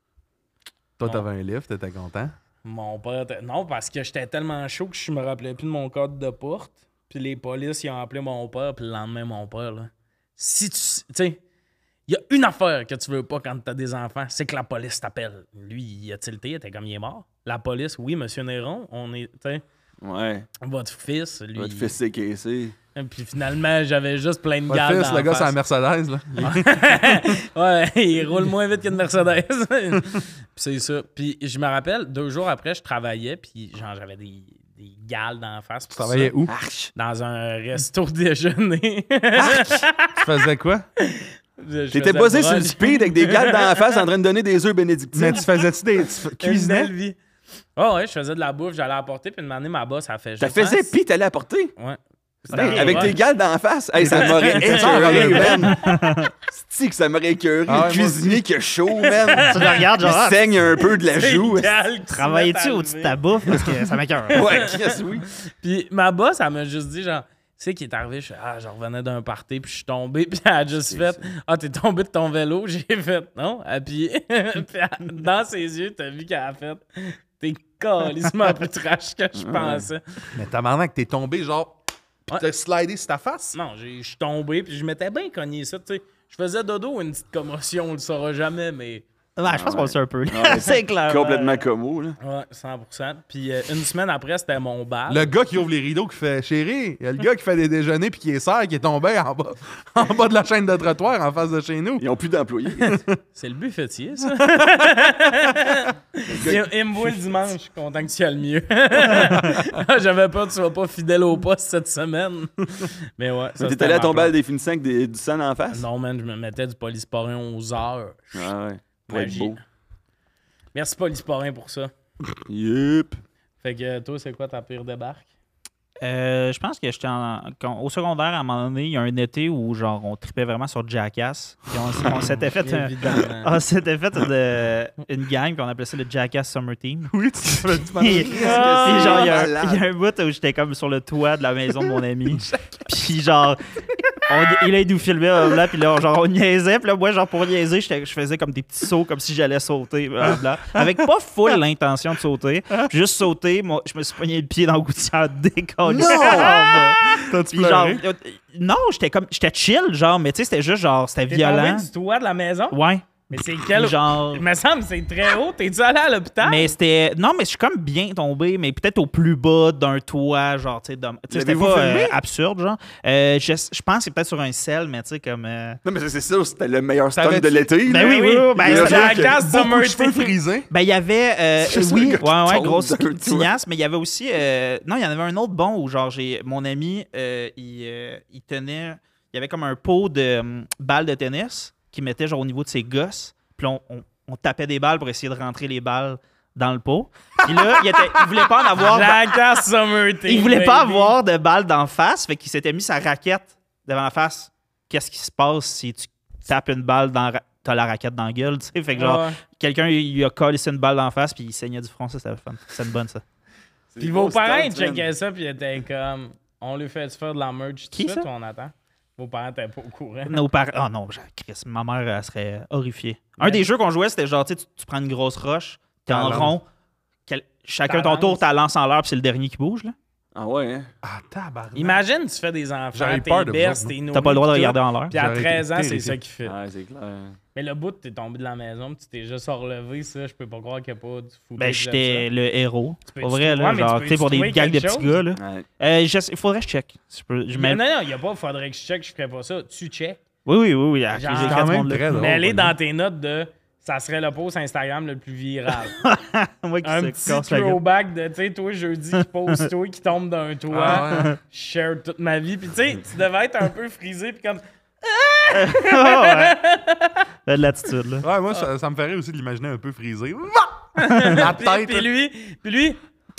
Toi, Bon. t'avais un lift, t'étais content. Mon père était... Non, parce que j'étais tellement chaud que je me rappelais plus de mon code de porte. Puis les polices, ils ont appelé mon père. Puis le lendemain, mon père, là. Si tu sais, il y a une affaire que tu veux pas quand t'as des enfants, c'est que la police t'appelle. Lui, il a tilté, il était comme il est mort. La police, oui, monsieur Néron, on est, tu sais, Ouais. votre fils, lui. Votre fils s'est caissé. Puis finalement, j'avais juste plein de Votre gales fils, dans le gars, c'est face. la Mercedes, là. Ouais, il roule moins vite qu'une Mercedes. Puis c'est ça. Puis je me rappelle, 2 jours après, je travaillais, puis genre, j'avais des gales dans la face. Tu travaillais où? Arch! Dans un resto déjeuner. Tu faisais quoi? T'étais buzzé sur le speed avec des gales dans la face en train de donner des œufs bénédictines. Mais tu faisais-tu des. Tu cuisinais? Vie. Oh ouais, je faisais de la bouffe, j'allais apporter, puis une année, ma boss, elle fait T'as juste... faisais pis t'allais apporter. Ouais. Avec ouais. des gales dans la face. Hey, ça m'aurait écœuré, man. C'est que ça m'aurait écœuré. Ah ouais, Le cuisinier qui a chaud, man. Tu le regardes, genre, Il saigne un peu de la C'est joue. égal que tu travaillais-tu mettes à au-dessus de lever. ta bouffe? Parce que ça m'écoeure. Ouais, Chris, oui. Puis ma boss, elle m'a juste dit, genre, tu sais qui est arrivé, je revenais d'un party, puis je suis tombé, puis elle a juste fait, t'es tombé de ton vélo? J'ai fait, non, à pied. Puis dans ses yeux, t'as vu qu'elle a fait, t'es calissement plus trash que je pensais. Mais tabarnak, t'es tombé, genre. Pis Ouais. t'as slidé sur ta face? Non, je suis tombé, puis je m'étais bien cogné ça, tu sais. Je faisais dodo, une petite commotion, on le saura jamais, mais Ouais, je pense qu'on le sait un peu. Ouais, C'est clair. Complètement como, là. ouais, 100%. Puis une semaine après, c'était mon bal. Le gars qui ouvre les rideaux qui fait chérie, il y a le gars qui fait des déjeuners puis qui est serre qui est tombé en bas de la chaîne de trottoir en face de chez nous. Ils n'ont plus d'employés. C'est le buffetier, ça. il me voit le dimanche, je suis content que tu ailles le mieux. J'avais peur que tu sois pas fidèle au poste cette semaine. Mais ouais. ça, T'es c'était allé à ma ton bal plante. définissant avec du sang en face? Non, man, je me mettais du polysporin aux heures. Ah ouais. Pour être Magie. beau. Merci polysporin pour ça. Yup. Fait que toi, c'est quoi ta pire débarque? Je pense que j'étais au secondaire, à un moment donné, il y a un été où genre on tripait vraiment sur Jackass. Puis on s'était fait, Évidemment. on s'était fait une gang, puis on appelait ça le Jackass Summer Team. Oui, tu m'as dit. Puis, c'est genre, il y a malade. un bout où j'étais comme sur le toit de la maison de mon ami. Puis genre, il nous filmait là, puis là, genre, on niaisait. Puis là, moi, genre, pour niaiser, je faisais comme des petits sauts, comme si j'allais sauter, blablabla, avec pas full l'intention de sauter. Puis juste sauter, moi, je me suis pogné le pied dans la gouttière décollé. T'as-tu Puis genre, pleuré? non, j'étais chill, genre, mais tu sais, c'était juste genre, c'était T'es violent. tombé du toit de la maison? Ouais. Mais c'est quel... Genre. Il me semble que c'est très haut. T'es-tu allé à l'hôpital? Mais c'était. Non, mais je suis comme bien tombé, mais peut-être au plus bas d'un toit, genre, tu sais, c'était L'avez-vous pas filmé? absurde, genre. Je pense que c'est peut-être sur un sel, mais tu sais, comme. Non, mais c'est ça, c'était le meilleur stunt T'avais-tu- de l'été. Ben là. oui, oui, oui. Ben, Il y a c'était un gars Jackass qui- Summer Beaucoup de cheveux Team. frisés. Ben, il y avait. C'est juste Oui, le gars qui ouais, tombe grosse d'un toit. tignasse, mais il y avait aussi. Non, il y en avait un autre bon où, genre, mon ami, il tenait. Il y avait comme un pot de balles de tennis qu'il mettait, genre, au niveau de ses gosses. Puis là, on tapait des balles pour essayer de rentrer les balles dans le pot. Puis là, il voulait pas en avoir. Jackass Summer Team. Il voulait pas baby. avoir de balles d'en face, fait qu'il s'était mis sa raquette devant la face. Qu'est-ce qui se passe si tu tapes une balle t'as la raquette dans la gueule, tu sais? Fait que genre, Ouais. quelqu'un il lui a collé une balle d'en face, puis il saignait du front, ça, c'était fun. C'était une bonne, ça. C'est Puis des vos gros parents, ils stunts, man. checkaient ça, puis ils étaient comme... On lui fait faire de la merch tout Qui, de suite ça? ou on attend? Vos parents étaient pas au courant. Nos parents. Ah non, Chris, ma mère, elle serait horrifiée. Un des jeux qu'on jouait, c'était genre, tu sais, tu prends une grosse roche, t'es en T'as rond, chacun ton T'avances. tour, t'as lance en l'air, puis c'est le dernier qui bouge, là. Ah ouais, hein? Ah, tabarnak. Imagine, tu fais des enfants, J'aurais peur t'es de berces, vous autres, t'es nourri. T'as pas le droit de puis regarder tout. en l'air. Puis à J'aurais été 13 ans, c'est terrifié. ça qui fait. Ouais, c'est clair. Mais le bout, t'es tombé de la maison, puis tu t'es juste relevé, ça, je peux pas croire qu'il n'y a pas du fou. Ben, j'étais le héros. peux- Pour vrai, ouais, là, mais genre, tu tu sais, pour peux-tu des gangs de trouver petits quelque gars, là. Ouais. Il faudrait que je check. Si je peux- je Non, mets- non, il n'y a pas, faudrait que je check, je ferais pas ça. Tu check. Oui. Genre, J'ai quand fait même ce monde-là. très drôle. Mais aller ouais. dans tes notes de ça serait le post Instagram le plus viral. Moi qui Un se petit casse la gueule. throwback de, tu sais, toi, jeudi, qui pose toi, qui tombe d'un toit, Ah ouais. je share toute ma vie. Puis, tu sais, tu devais être un peu frisé, puis comme, Ah ouais. T'as de l'attitude, là. Ouais, moi, ça me ferait aussi de l'imaginer un peu frisé. La tête. puis lui,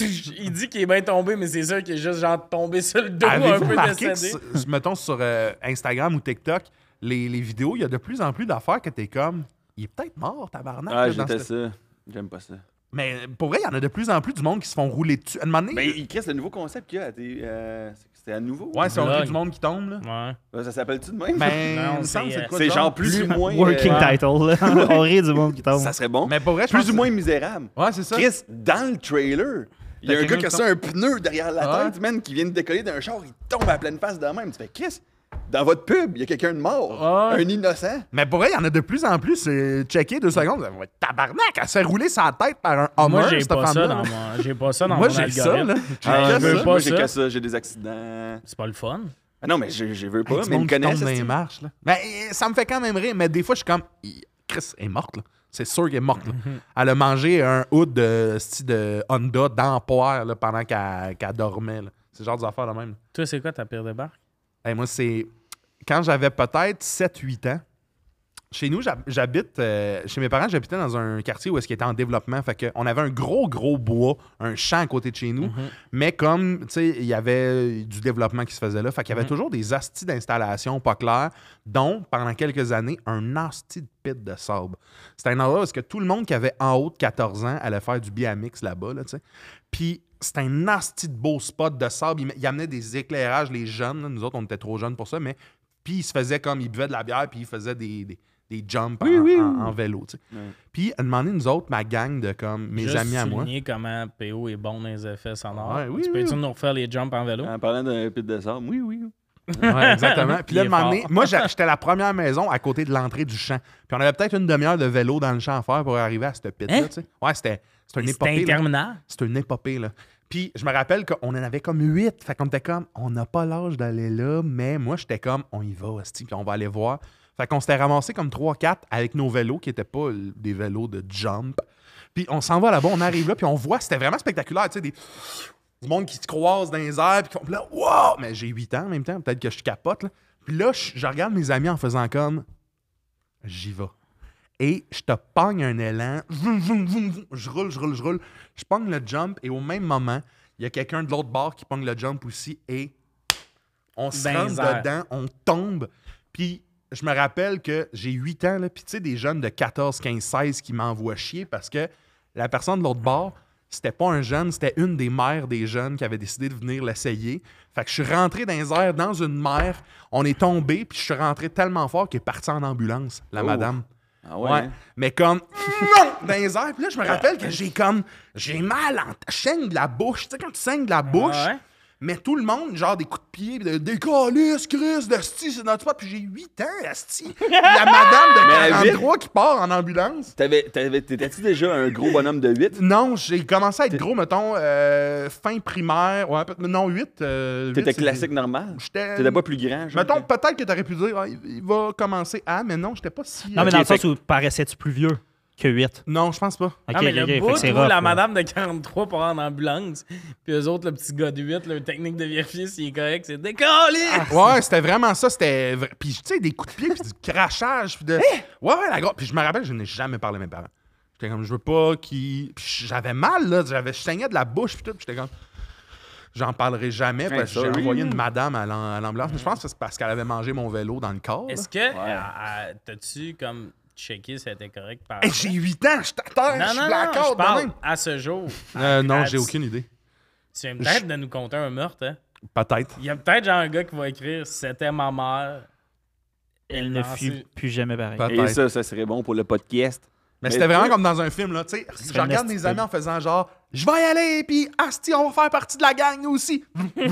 il dit qu'il est bien tombé, mais c'est sûr qu'il est juste genre tombé sur le dos, un Avez-vous peu remarqué que, décédé. mettons, sur Instagram ou TikTok, les vidéos, il y a de plus en plus d'affaires que t'es comme... Il est peut-être mort, tabarnak. Ah, là, dans j'étais cette- ça. J'aime pas ça. Mais pour vrai, il y en a de plus en plus du monde qui se font rouler dessus. À un moment donné, Mais il crée le nouveau concept qu'il y a. C'était à nouveau. ouais, c'est on Vlog. dit du monde qui tombe, là. Ouais. Ça s'appelle-tu de même? Ben, Non, il me semble c'est, que c'est quoi c'est de genre plus ou moins. Working Ouais. title, là. On rit du monde qui tombe. Ça serait bon. Mais pour vrai, je Plus pense ou que- moins misérable. Ouais, c'est ça. Chris, dans le trailer, il y a T'as un gars quelqu'un qui a qui ça un pneu derrière la Ouais. tête, man, qui vient de décoller d'un char, il tombe à pleine face de même. Tu fais, Chris, dans votre pub, il y a quelqu'un de mort. Ouais. Un innocent. Mais pour vrai, il y en a de plus en plus. Checker 2 secondes. Ouais, tabarnak, elle s'est roulée sa tête par un Hummer, Moi, j'ai cette pas ça femme-là. dans j'ai pas ça dans Moi, mon j'ai ça, algorithme. là. Ah, je veux moi, pas j'ai ça. que ça, j'ai des accidents. C'est pas le fun. Ah non, mais je veux pas, Hey, du mais ils me monde qui tombe connaissent. dans les esti. marches, là. Mais ça me fait quand même rire. Mais des fois, je suis comme... Chris est morte, là. C'est sûr qu'elle est morte, là. Elle a mangé un hood de Honda dans le poire, là, pendant qu'elle dormait, là. C'est le genre d'affaires de même. Toi, c'est quoi ta pire débarque? Hey, moi, c'est... Quand j'avais peut-être 7-8 ans, chez nous, j'habite... chez mes parents, j'habitais dans un quartier où est-ce qu'il était en développement. Fait qu'on avait un gros bois, un champ à côté de chez nous. Mais comme, tu sais, il y avait du développement qui se faisait là, fait qu'il y avait toujours des hosties d'installation pas claires, dont, pendant quelques années, un hostie de pit de sable. C'était un endroit où est-ce que tout le monde qui avait en haut de 14 ans allait faire du BMX là-bas, là, tu sais. Puis c'était un nasty de beau spot de sable. Il amenait des éclairages, les jeunes. Là. Nous autres, on était trop jeunes pour ça, mais puis il se faisait comme, il buvait de la bière, puis il faisait des jumps en vélo, tu sais. Ouais. Puis, à un moment donné, nous autres, ma gang de comme mes Juste amis à moi. souligner comment PO est bon dans les effets sonores. Ouais, oui, tu oui, peux-tu oui. nous refaire les jumps en vélo? En parlant d'un pit de sable, oui. Ouais, exactement. Puis là, Il est un moment donné, fort. moi, j'étais la première maison à côté de l'entrée du champ. Puis on avait peut-être une demi-heure de vélo dans le champ à faire pour arriver à cette pit-là, Hein? tu sais. Ouais, c'était une C'était épopée. là. interminable. C'était une épopée, là. Puis je me rappelle qu'on en avait comme 8. Fait qu'on était comme, on n'a pas l'âge d'aller là, mais moi, j'étais comme, on y va, hostie, puis on va aller voir. Fait qu'on s'était ramassé comme 3-4 avec nos vélos, qui n'étaient pas des vélos de jump. Puis on s'en va là-bas, on arrive là, puis on voit, c'était vraiment spectaculaire, tu sais, du monde qui se croise dans les airs, puis qui font là, wow! Mais j'ai 8 ans en même temps, peut-être que je capote, là. Puis là, je regarde mes amis en faisant comme, j'y vais. Et je te pogne un élan, vroom, vroom, vroom, vroom. Je roule. Je pogne le jump et au même moment, Il y a quelqu'un de l'autre bord qui pogne le jump aussi et on se Dans rentre les airs. dedans, on tombe. Puis je me rappelle que j'ai 8 ans, là, puis tu sais, des jeunes de 14, 15, 16 qui m'envoient chier parce que la personne de l'autre bord, c'était pas un jeune, c'était une des mères des jeunes qui avait décidé de venir l'essayer. Fait que je suis rentré dans les airs, dans une mer, on est tombé, puis je suis rentré tellement fort qu'elle est partie en ambulance, la Oh. madame. Ah ouais? Ouais. Mais comme dans les airs. Puis là, je me rappelle que j'ai mal en je saigne de la bouche. Tu sais, quand tu saignes de la bouche, Ah ouais? mais tout le monde, genre des coups de pied, des calices, Chris, de sti, c'est notre spot. Puis j'ai 8 ans, asti. La madame de Mais 43 qui part en ambulance. T'étais-tu déjà un gros bonhomme de 8? Non, j'ai commencé à être gros, mettons, fin primaire. Ouais, non, 8. T'étais classique normal? T'étais pas plus grand? Genre? Mettons, peut-être que t'aurais pu dire, ah, il va commencer à, mais non, j'étais pas si. Non, mais Ok, dans le fait sens où paraissais-tu plus vieux que 8? Non, je pense pas. Ok, Non, mais ok, le ok, fait bout que c'est où rough, la là. madame de 43 part en ambulance, puis eux autres, le petit gars de 8, leur technique de vérifier s'il est correct, c'est décollé! Ouais, c'était vraiment ça. Puis, tu sais, des coups de pied, puis du crachage. Puis de... Ouais, la grosse. Puis je me rappelle, je n'ai jamais parlé à mes parents. J'étais comme, je veux pas qu'ils. Puis j'avais mal, là. Je saignais de la bouche, puis tout. Puis j'étais comme, j'en parlerai jamais, Hey, parce que j'ai sorry. envoyé une madame à l'ambulance. Mais je pense que c'est parce qu'elle avait mangé mon vélo dans le corps. là. Est-ce que t'as-tu comme checké si c'était correct par Hey, j'ai 8 ans, je suis à terre, je Non, suis non, non, blackout je de parle même. à ce jour. Non, j'ai aucune idée. Tu viens peut-être de nous compter un meurtre, hein? Peut-être. Il y a peut-être genre un gars qui va écrire « C'était ma mère ». Elle ne fut plus jamais pareille. Peut-être. Et ça serait bon pour le podcast. Mais Mais c'était vraiment toi- comme dans un film, là, tu sais. Je serait regarde un mes esti amis en faisant genre, je vais y aller, puis asti, on va faire partie de la gang nous aussi.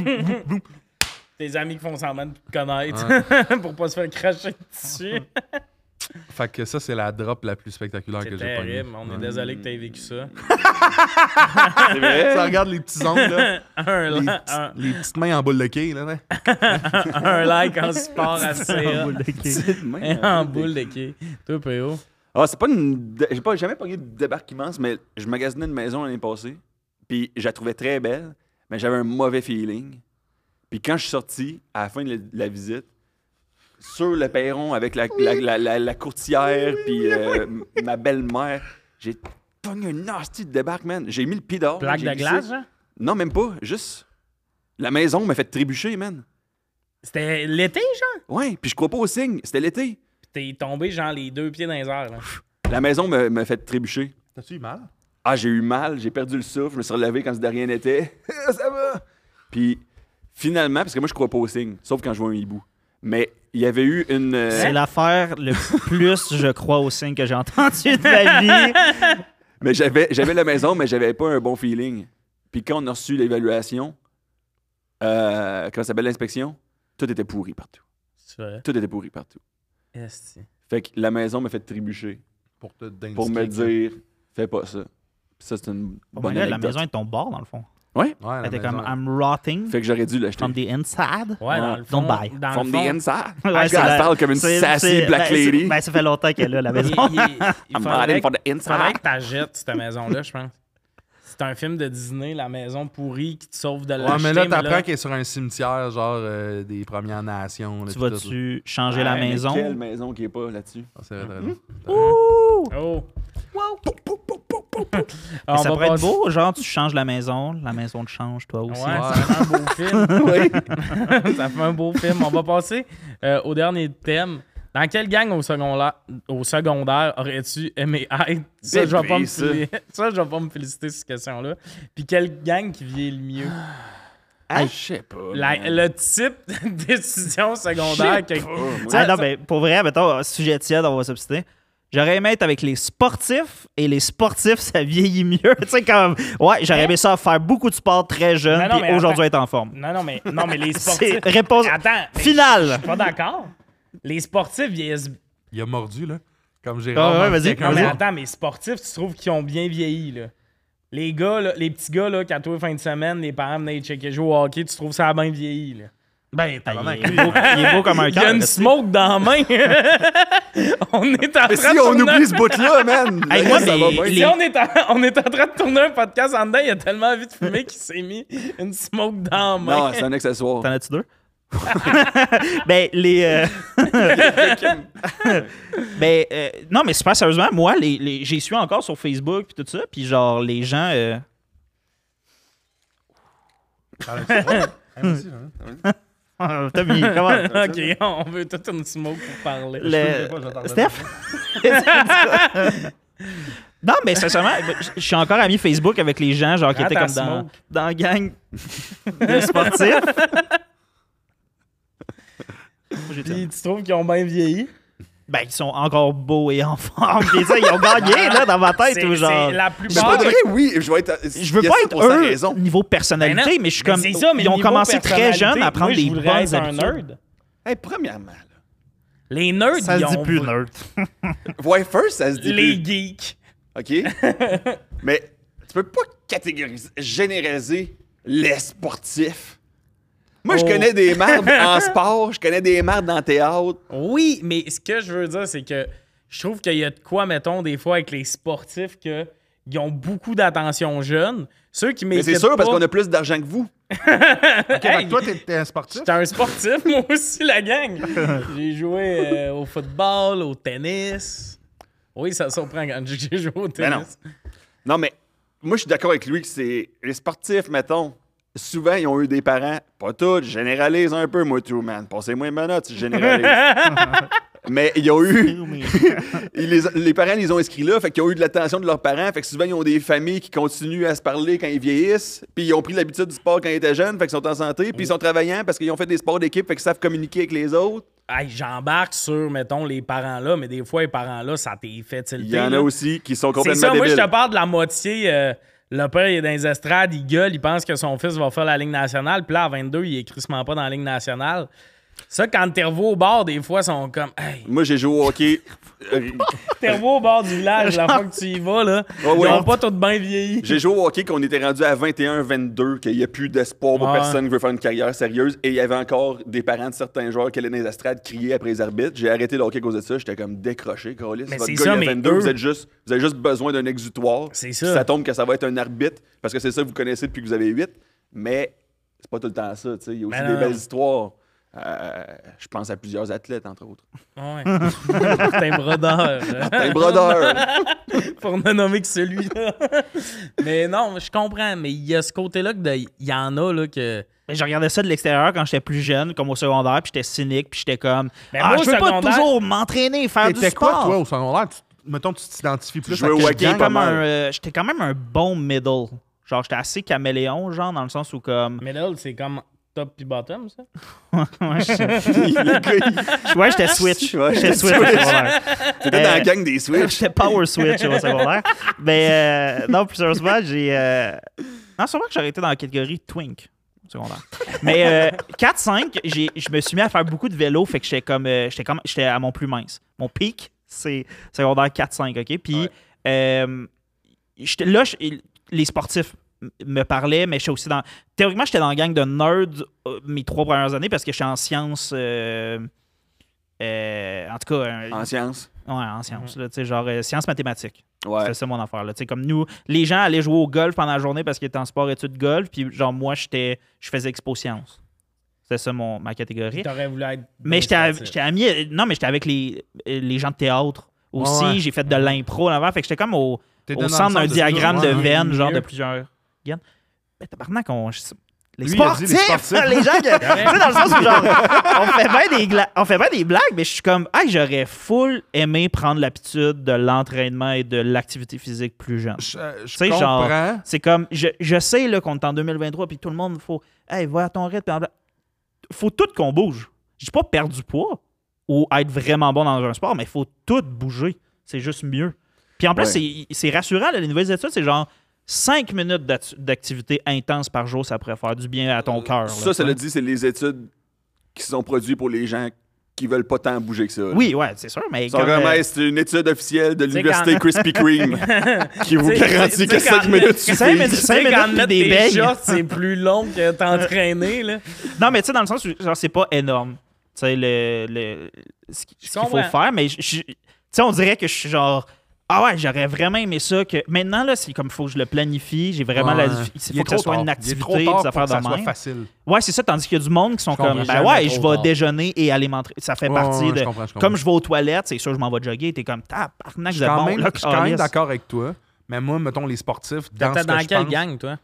Tes amis qui font semblant de te connaître pour pas se faire cracher dessus. Fait que ça, c'est la drop la plus spectaculaire C'est que j'ai pognée. terrible. On est désolé que t'aies vécu ça. C'est vrai? Ça regarde les petits ongles, là. un, Les, li- les petites mains en boule de quai, là. Ouais. un like en support à CA. Main, En boule de quai. Toi, PO. Ah, c'est pas une. J'ai pas jamais pogné de débarque immense, mais je magasinais une maison l'année passée. Puis je la trouvais très belle, mais j'avais un mauvais feeling. Puis quand je suis sorti, à la fin de la visite, sur le perron avec la courtière, puis ma belle-mère, j'ai pogné un nasty de débarque, man. J'ai mis le pied dehors. Plaque j'ai de glissé. glace, genre? Non, même pas. Juste. La maison m'a fait trébucher, man. C'était l'été, genre? Ouais, puis je crois pas au signe. C'était l'été. Puis t'es tombé, genre, les 2 pieds dans les airs, là. La maison m'a fait trébucher. T'as-tu eu mal? Ah, j'ai eu mal, j'ai perdu le souffle, je me suis relevé comme si de rien n'était. Ça va! Puis finalement, parce que moi je crois pas au signe, sauf quand je vois un hibou. Mais il y avait eu une. C'est l'affaire le plus, je crois, au signe que j'ai entendu de ma vie. Mais j'avais la maison, mais j'avais pas un bon feeling. Puis quand on a reçu l'évaluation, quand ça s'appelle l'inspection, tout était pourri partout. C'est vrai. Tout était pourri partout. Esti. Fait que la maison m'a fait trébucher Pour te d'indiquer pour me que- dire, fais pas ça. Puis ça, c'est une Bon, bonne ben là, la anecdote. maison est de ton bord, dans le fond. Ouais. Ouais, la Elle était comme, maison. I'm rotting Fait que j'aurais dû l'acheter. from the inside. Ouais, dans le fond. Don't buy. Dans From le the fond, inside. Ouais, Elle c'est la- parle comme une c'est- sassy c'est- black ben, lady. Ben, ça fait longtemps qu'elle est là, la maison. il I'm faudrait riding for the faudrait inside. que t'achètes cette maison-là, je pense. C'est un film de Disney, La maison pourrie qui te sauve de Ouais, l'acheter. mais là, t'apprends qu'elle est sur un cimetière, genre des Premières Nations. là, Tu puis tout. vas-tu changer la Ouais, mais maison? Quelle maison qui est pas là-dessus? Ah, c'est vrai, très drôle. Oh! Mais On ça va pourrait être passer- beau, genre tu changes la maison te change toi aussi. Ouais, ça fait un beau film. Ça fait un beau film. On va passer au dernier thème. Dans quelle gang au secondaire aurais-tu aimé être? Ça, je vais pas me ça. ça, je vais pas me féliciter sur cette question-là. Puis quelle gang qui vieillit le mieux? Ah, je sais pas. Le type de décision secondaire que... Ah, non, mais pour vrai, mettons, sujet tiède, on va s'obstiner. J'aurais aimé être avec les sportifs, et les sportifs, ça vieillit mieux. Tu sais, comme, ouais, j'aurais aimé ça faire beaucoup de sport très jeune, Non, non, puis mais aujourd'hui attends. être en forme. Non, mais les sportifs... C'est réponse Attends, mais finale. je suis pas d'accord. Les sportifs vieillissent... Il a mordu, là. Comme j'ai Ah ouais, vas-y. Non, mais Vas-y. attends, mais sportifs, tu trouves qu'ils ont bien vieilli, là? Les gars, là, les petits gars, là, quand tous les fins de semaine, les parents venaient checker jouer au hockey, tu trouves ça a bien vieilli, là? Ben, Il est beau comme un Il y a cœur. une smoke dans la main. On est en train Mais si de on tourner... oublie ce bout-là, man! Hey, Là, moi, ça mais va bien. les- Si on est en train de tourner un podcast en dedans, il a tellement envie de fumer qu'il s'est mis une smoke dans la main. Non, c'est un accessoire. T'en as-tu deux? Ben, les. Ben, non, mais super sérieusement, moi, j'y suis encore sur Facebook puis tout ça, puis genre, les gens. Tommy, comment? Ok, on veut toute une smoke pour parler. Steph? Non, mais sincèrement, je suis encore ami Facebook avec les gens genre qui étaient comme dans la gang de sportifs. Puis tu trouves qu'ils ont bien vieilli? Ben, ils sont encore beaux et en forme. Puis, ils ont gagné là, dans ma tête. Ou genre... La Mais plupart... pas de vrai, oui, je veux pas être raison. niveau personnalité, Ben non, mais je suis mais comme. c'est ça, mais ils ont niveau commencé très jeunes à prendre moi, je des voudrais bonnes être un habitudes. nerd. Hey, premièrement, là. Les nerds, Ça ils se dit ont... plus nerd. Ouais, first, ça se dit Les plus. geeks. OK? Mais tu peux pas catégoriser, généraliser les sportifs. Moi, je connais des mardes en sport, je connais des mardes en théâtre. Oui, mais ce que je veux dire, c'est que je trouve qu'il y a de quoi, mettons, des fois, avec les sportifs, qu'ils ont beaucoup d'attention jeune. Ceux qui Mais méritent c'est sûr, pas... parce qu'on a plus d'argent que vous. Hey, Toi, t'es un sportif? j'étais un sportif, moi aussi, la gang. J'ai joué au football, au tennis. Oui, ça surprend quand j'ai joué au Ben tennis. Non, mais moi, je suis d'accord avec lui que c'est... Les sportifs, mettons, souvent, ils ont eu des parents, pas tous, je généralise un peu, moi, tout, man. Passez-moi une minute si je généralise. Mais ils ont eu... les parents les ont inscrits là, fait qu'ils ont eu de l'attention de leurs parents, fait que souvent, ils ont des familles qui continuent à se parler quand ils vieillissent, puis ils ont pris l'habitude du sport quand ils étaient jeunes, fait qu'ils sont en santé, puis ils sont travaillants parce qu'ils ont fait des sports d'équipe, fait qu'ils savent communiquer avec les autres. Hey, j'embarque sur, mettons, les parents-là, mais des fois, les parents-là, ça t'est fait tilter. Il y en a là. aussi qui sont C'est complètement ça, moi, je débiles. te parle de la moitié. Le père, il est dans les estrades, il gueule, il pense que son fils va faire la Ligue nationale, puis là, à 22, il est crissement pas dans la Ligue nationale. Ça, quand t'es revu au bord, des fois, ils sont comme... Hey, Moi, j'ai joué au hockey. t'es revu au bord du village, la fois que tu y vas, là, Ouais, ouais. ils ont pas tout bien vieilli. J'ai joué au hockey qu'on était rendu à 21-22, qu'il n'y a plus d'espoir pour Ouais. personne qui veut faire une carrière sérieuse. Et il y avait encore des parents de certains joueurs qui allaient dans les estrades crier après les arbitres. J'ai arrêté le hockey à cause de ça. J'étais comme décroché, Carlis. Mais Votre c'est gars, ça, il mais a 22, eux- vous avez juste besoin d'un exutoire. C'est Puis ça. ça tombe que ça va être un arbitre, parce que c'est ça que vous connaissez depuis que vous avez 8. Mais c'est pas tout le temps ça. Tu sais. Il y a aussi Ben des non. belles histoires. Je pense à plusieurs athlètes, entre autres. Ouais. C'est un brodeur. Un brodeur. Pour ne nommer que celui-là. Mais non, je comprends, mais il y a ce côté-là il y en a, là, que... Mais je regardais ça de l'extérieur quand j'étais plus jeune, comme au secondaire, puis j'étais cynique, puis j'étais comme Mais moi, au je veux pas secondaire- toujours m'entraîner, faire du T'étais sport. quoi, toi, au secondaire? Mettons, tu t'identifies plus Je à jouais au quelle hockey gang? pas Comme mal. j'étais quand même un bon middle. Genre, j'étais assez caméléon, genre, dans le sens où comme... Middle, c'est comme top puis bottom, ça? Ouais, Le gars, ouais, j'étais switch. Ouais, J'étais switch au secondaire. t'étais dans la gang des Switch. J'étais power switch au secondaire. Mais non, plus sérieusement, j'ai... Non, sûrement que j'aurais été dans la catégorie twink au secondaire. Mais 4-5, je me suis mis à faire beaucoup de vélo, fait que j'étais à mon plus mince. Mon pic, c'est secondaire 4-5, OK? Puis les sportifs me parlaient, mais j'étais aussi dans... Théoriquement, j'étais dans la gang de nerds mes 3 premières années parce que j'étais en sciences... en tout cas... En sciences. Ouais, en sciences, là, tu sais, genre sciences mathématiques. Ouais. C'est ça mon affaire, là. Tu sais, comme nous, les gens allaient jouer au golf pendant la journée parce qu'ils étaient en sport-études golf, puis genre, moi, je faisais expo sciences. C'était ça ma catégorie. T'aurais voulu être... Mais j'étais ami... Non, mais j'étais avec les gens de théâtre aussi. Ouais. J'ai fait de l'impro avant, fait que j'étais comme au T'étais dans centre le d'un centre de diagramme tout, de ouais, veine, genre mieux. de plusieurs gaines. Mais tabarnak, les Lui, il a dit sportifs! les sportifs. Les gens tu sais, dans le sens où, genre, on fait bien des blagues, mais je suis comme, j'aurais full aimé prendre l'habitude de l'entraînement et de l'activité physique plus jeune. Je sais, genre, comprends. C'est comme, je sais là, qu'on est en 2023, puis tout le monde, faut, va à ton rythme. Faut tout qu'on bouge. Je dis pas perdre du poids ou être vraiment bon dans un sport, mais il faut tout bouger. C'est juste mieux. Puis en plus, c'est rassurant, là, les nouvelles études, c'est genre 5 minutes d'activité intense par jour, ça pourrait faire du bien à ton cœur. Ça le dit, c'est les études qui sont produites pour les gens qui veulent pas tant bouger que ça. là. Oui, ouais, c'est sûr, mais Ça, comme, vraiment, c'est une étude officielle de sais, l'université quand- Krispy Kreme qui vous Tu sais, garantit que tu sais, 5 quand- minutes cinq suffisent. minutes- Tu sais, quand puis mettre des tes beignes. shorts, c'est plus long que t'entraîner, là. Non, mais tu sais, dans le sens où genre, c'est pas énorme. Tu sais, ce qu'il faut comprends. faire, mais tu sais, on dirait que je suis genre. Ah ouais, j'aurais vraiment aimé ça. Maintenant, là, c'est comme il faut que je le planifie. J'ai vraiment Ouais. il faut que ce soit une activité, des pour affaires que ça de soit même. facile. Ouais, c'est ça. Tandis qu'il y a du monde qui sont comprends. comme, Jamais ouais, trop je vais tard. déjeuner et aller m'entraîner. Ça fait partie Ouais, de. je comprends. Comme je vais aux toilettes, c'est sûr, je m'en vais jogger. T'es comme, tabarnak, Je vous êtes bon. là, suis quand même câlisse. d'accord avec toi, mais moi, mettons, les sportifs, dans T'étais ce dans que je quelle pense, gang, toi?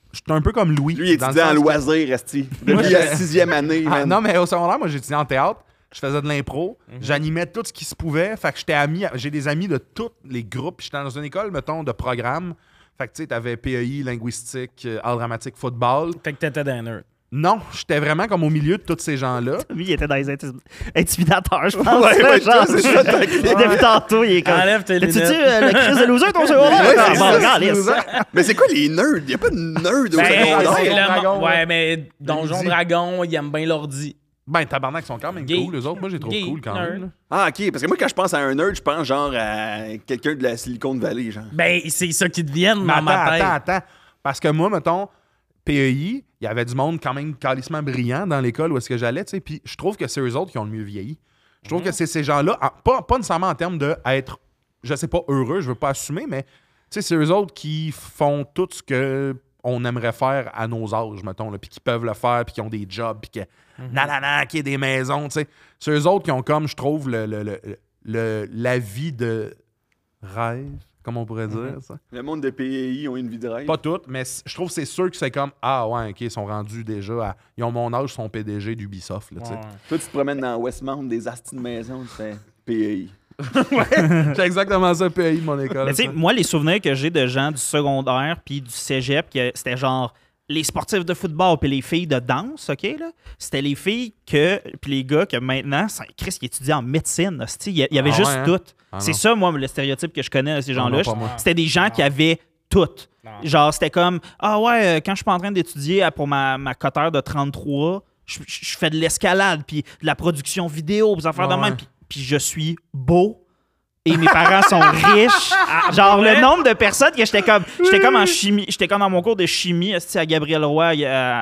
J'étais un peu comme Louis. Lui, il dans le étudiait en sens que- loisir, Esti. Depuis la 6e année, Ah, man. non, mais au secondaire, moi, j'étudiais en théâtre. Je faisais de l'impro. J'animais tout ce qui se pouvait. Fait que j'étais ami. J'ai des amis de tous les groupes. J'étais dans une école, mettons, de programme. Fait que tu sais, t'avais PEI, linguistique, art dramatique, football. Fait que t'étais d'un nerd. Non, j'étais vraiment comme au milieu de tous ces gens-là. Lui, il était dans les intimidateurs, je pense. Ouais, là, ouais, genre, c'est ça, ta clique. depuis tantôt, il est comme. Enlève tes Tu lunettes. le crise de loser, ton secondaire? Ouais, Ah, c'est bon, ça, regarde, c'est laisse ça. Mais c'est quoi les nerds? Il n'y a pas de nerds au Ben, c'est secondaire. le Dragon, ouais, ouais. mais Donjon L'ordi. Dragon, il aime bien l'ordi. Ben, tabarnak, ils sont quand même Gay. cool, les autres. Moi, je les trouve Gay, cool quand nerd. même. là. Ah, OK. Parce que moi, quand je pense à un nerd, je pense genre à quelqu'un de la Silicon Valley, genre. Ben, c'est ça qui deviennent Mais dans ma tête. attends. Parce que moi, mettons, PEI, il y avait du monde quand même calissement brillant dans l'école où est-ce que j'allais, tu sais. Puis je trouve que c'est eux autres qui ont le mieux vieilli. Je trouve que c'est ces gens-là, pas nécessairement en termes d'être, je sais pas, heureux, je veux pas assumer, mais tu sais, c'est eux autres qui font tout ce que on aimerait faire à nos âges, mettons, là, puis qui peuvent le faire, puis qui ont des jobs, puis qui qui a des maisons, tu sais. C'est eux autres qui ont comme, je trouve, la vie de rêve, comme on pourrait dire, ça. Le monde de PEI ont une vie de rêve. Pas toutes, mais je trouve que c'est sûr que c'est comme ah ouais, ok, ils sont rendus déjà ils ont mon âge, ils sont PDG d'Ubisoft, là, tu sais. Ouais. Toi, tu te promènes dans Westmount, des astis de maison, tu fais PEI. C'est exactement ça, PI de mon école. Mais tu sais, ça. moi, les souvenirs que j'ai de gens du secondaire puis du cégep, c'était genre les sportifs de football puis les filles de danse, OK, là? C'était les filles puis les gars que maintenant, Chris, qui étudient en médecine, hostie, il y avait Ah juste ouais, hein? tout. Ah c'est non. ça, moi, le stéréotype que je connais de ces gens-là. non, pas moi. C'était des gens qui avaient tout. Non. Genre, c'était comme, ah ouais, quand je suis pas en train d'étudier pour ma coteur de 33, je fais de l'escalade puis de la production vidéo, puis des affaires de Ouais, même, ouais. puis je suis beau. Et mes parents sont riches. Genre, le nombre de personnes que j'étais comme en chimie. J'étais comme dans mon cours de chimie à Gabriel Roy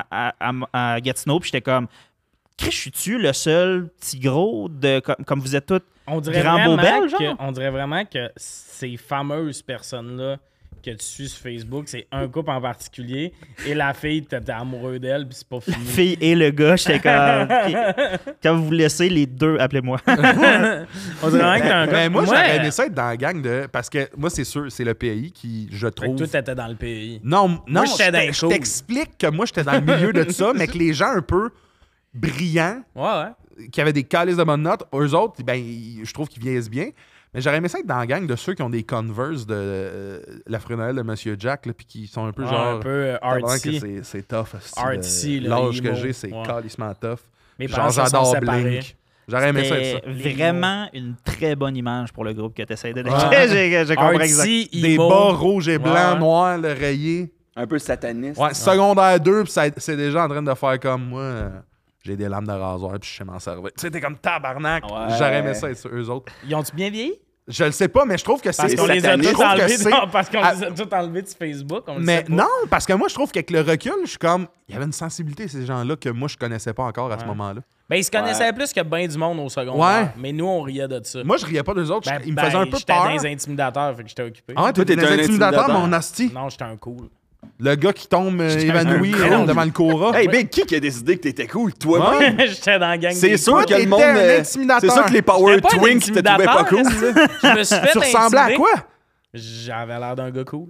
à Gatineau. Puis j'étais comme, Chris, je suis-tu le seul petit gros comme vous êtes tous On dirait grands vraiment beaux belles, que- genre? On dirait vraiment que ces fameuses personnes-là que tu suis sur Facebook, c'est un couple en particulier. Et la fille, t'étais amoureux d'elle, puis c'est pas La fini. fille et le gars, j'étais comme. Quand vous vous laissez, les deux, appelez-moi. On dirait vraiment que t'es un Mais gars. moi, j'aurais aimé ça être dans la gang de. Parce que moi, c'est sûr, c'est le PI qui, je Fait que trouve. toi, t'étais dans le pays. Non, Moi, j'étais dans les je shows. t'explique que moi, j'étais dans le milieu de ça, mais que les gens un peu brillants, Ouais, ouais. qui avaient des calices de bonnes notes, eux autres, ben, je trouve qu'ils vieillissent bien. Mais j'aurais aimé ça être dans la gang de ceux qui ont des Converse de la frenelle de Monsieur Jack, là, puis qui sont un peu Ouais, genre. un peu tabarnak artsy. que c'est tough. hostie, Artsy, là, l'âge que emo. j'ai, c'est Ouais. calissement tough. Mes Genre, parents se sont j'adore séparés. Blink. J'aurais aimé ça être ça. C'était vraiment une très bonne image pour le groupe que tu essaies de Ouais. J'ai compris exactement. Artsy, Des emo. bas rouges et blancs, Ouais. noirs, le rayé. Un peu sataniste. Ouais, secondaire 2, puis c'est déjà en train de faire comme moi. J'ai des lames de rasoir, puis je sais m'en servir. Tu sais, t'es comme tabarnak. Ouais. J'aurais aimé ça être sur eux autres. Ils ont-tu bien vieilli? Je le sais pas, mais je trouve que Parce c'est qu'on les a sataniste. tous Je trouve que enlevés. c'est- Non, parce qu'on Ah. les a tous enlevés de Facebook. On le Mais sait pas. non, parce que moi, je trouve qu'avec le recul, je suis comme. Il y avait une sensibilité, ces gens-là, que moi, je connaissais pas encore à ce Ouais. moment-là. Ben, ils se connaissaient plus que bien du monde au secondaire. Ouais. Mais nous, on riait de ça. Moi, je riais pas d'eux autres. Ben, Ils me faisaient un peu j'étais peur. dans les intimidateurs, fait que j'étais occupé. Ah ouais, toi, Toi, t'es t'étais un un intimidateur, intimidateur. mon asti. Non, j'étais un cool. Le gars qui tombe évanoui un con. devant le Cora. Hey, Big, qui a décidé que t'étais cool? Toi-même? J'étais dans la gang. C'est des sûr cools. que le t'étais monde. un intimidateur. C'est sûr que les Power J'étais pas un Twinks te trouvaient pas cool. intimidateur, là. Je me suis fait Tu ressemblais à intimider. quoi? J'avais l'air d'un gars cool.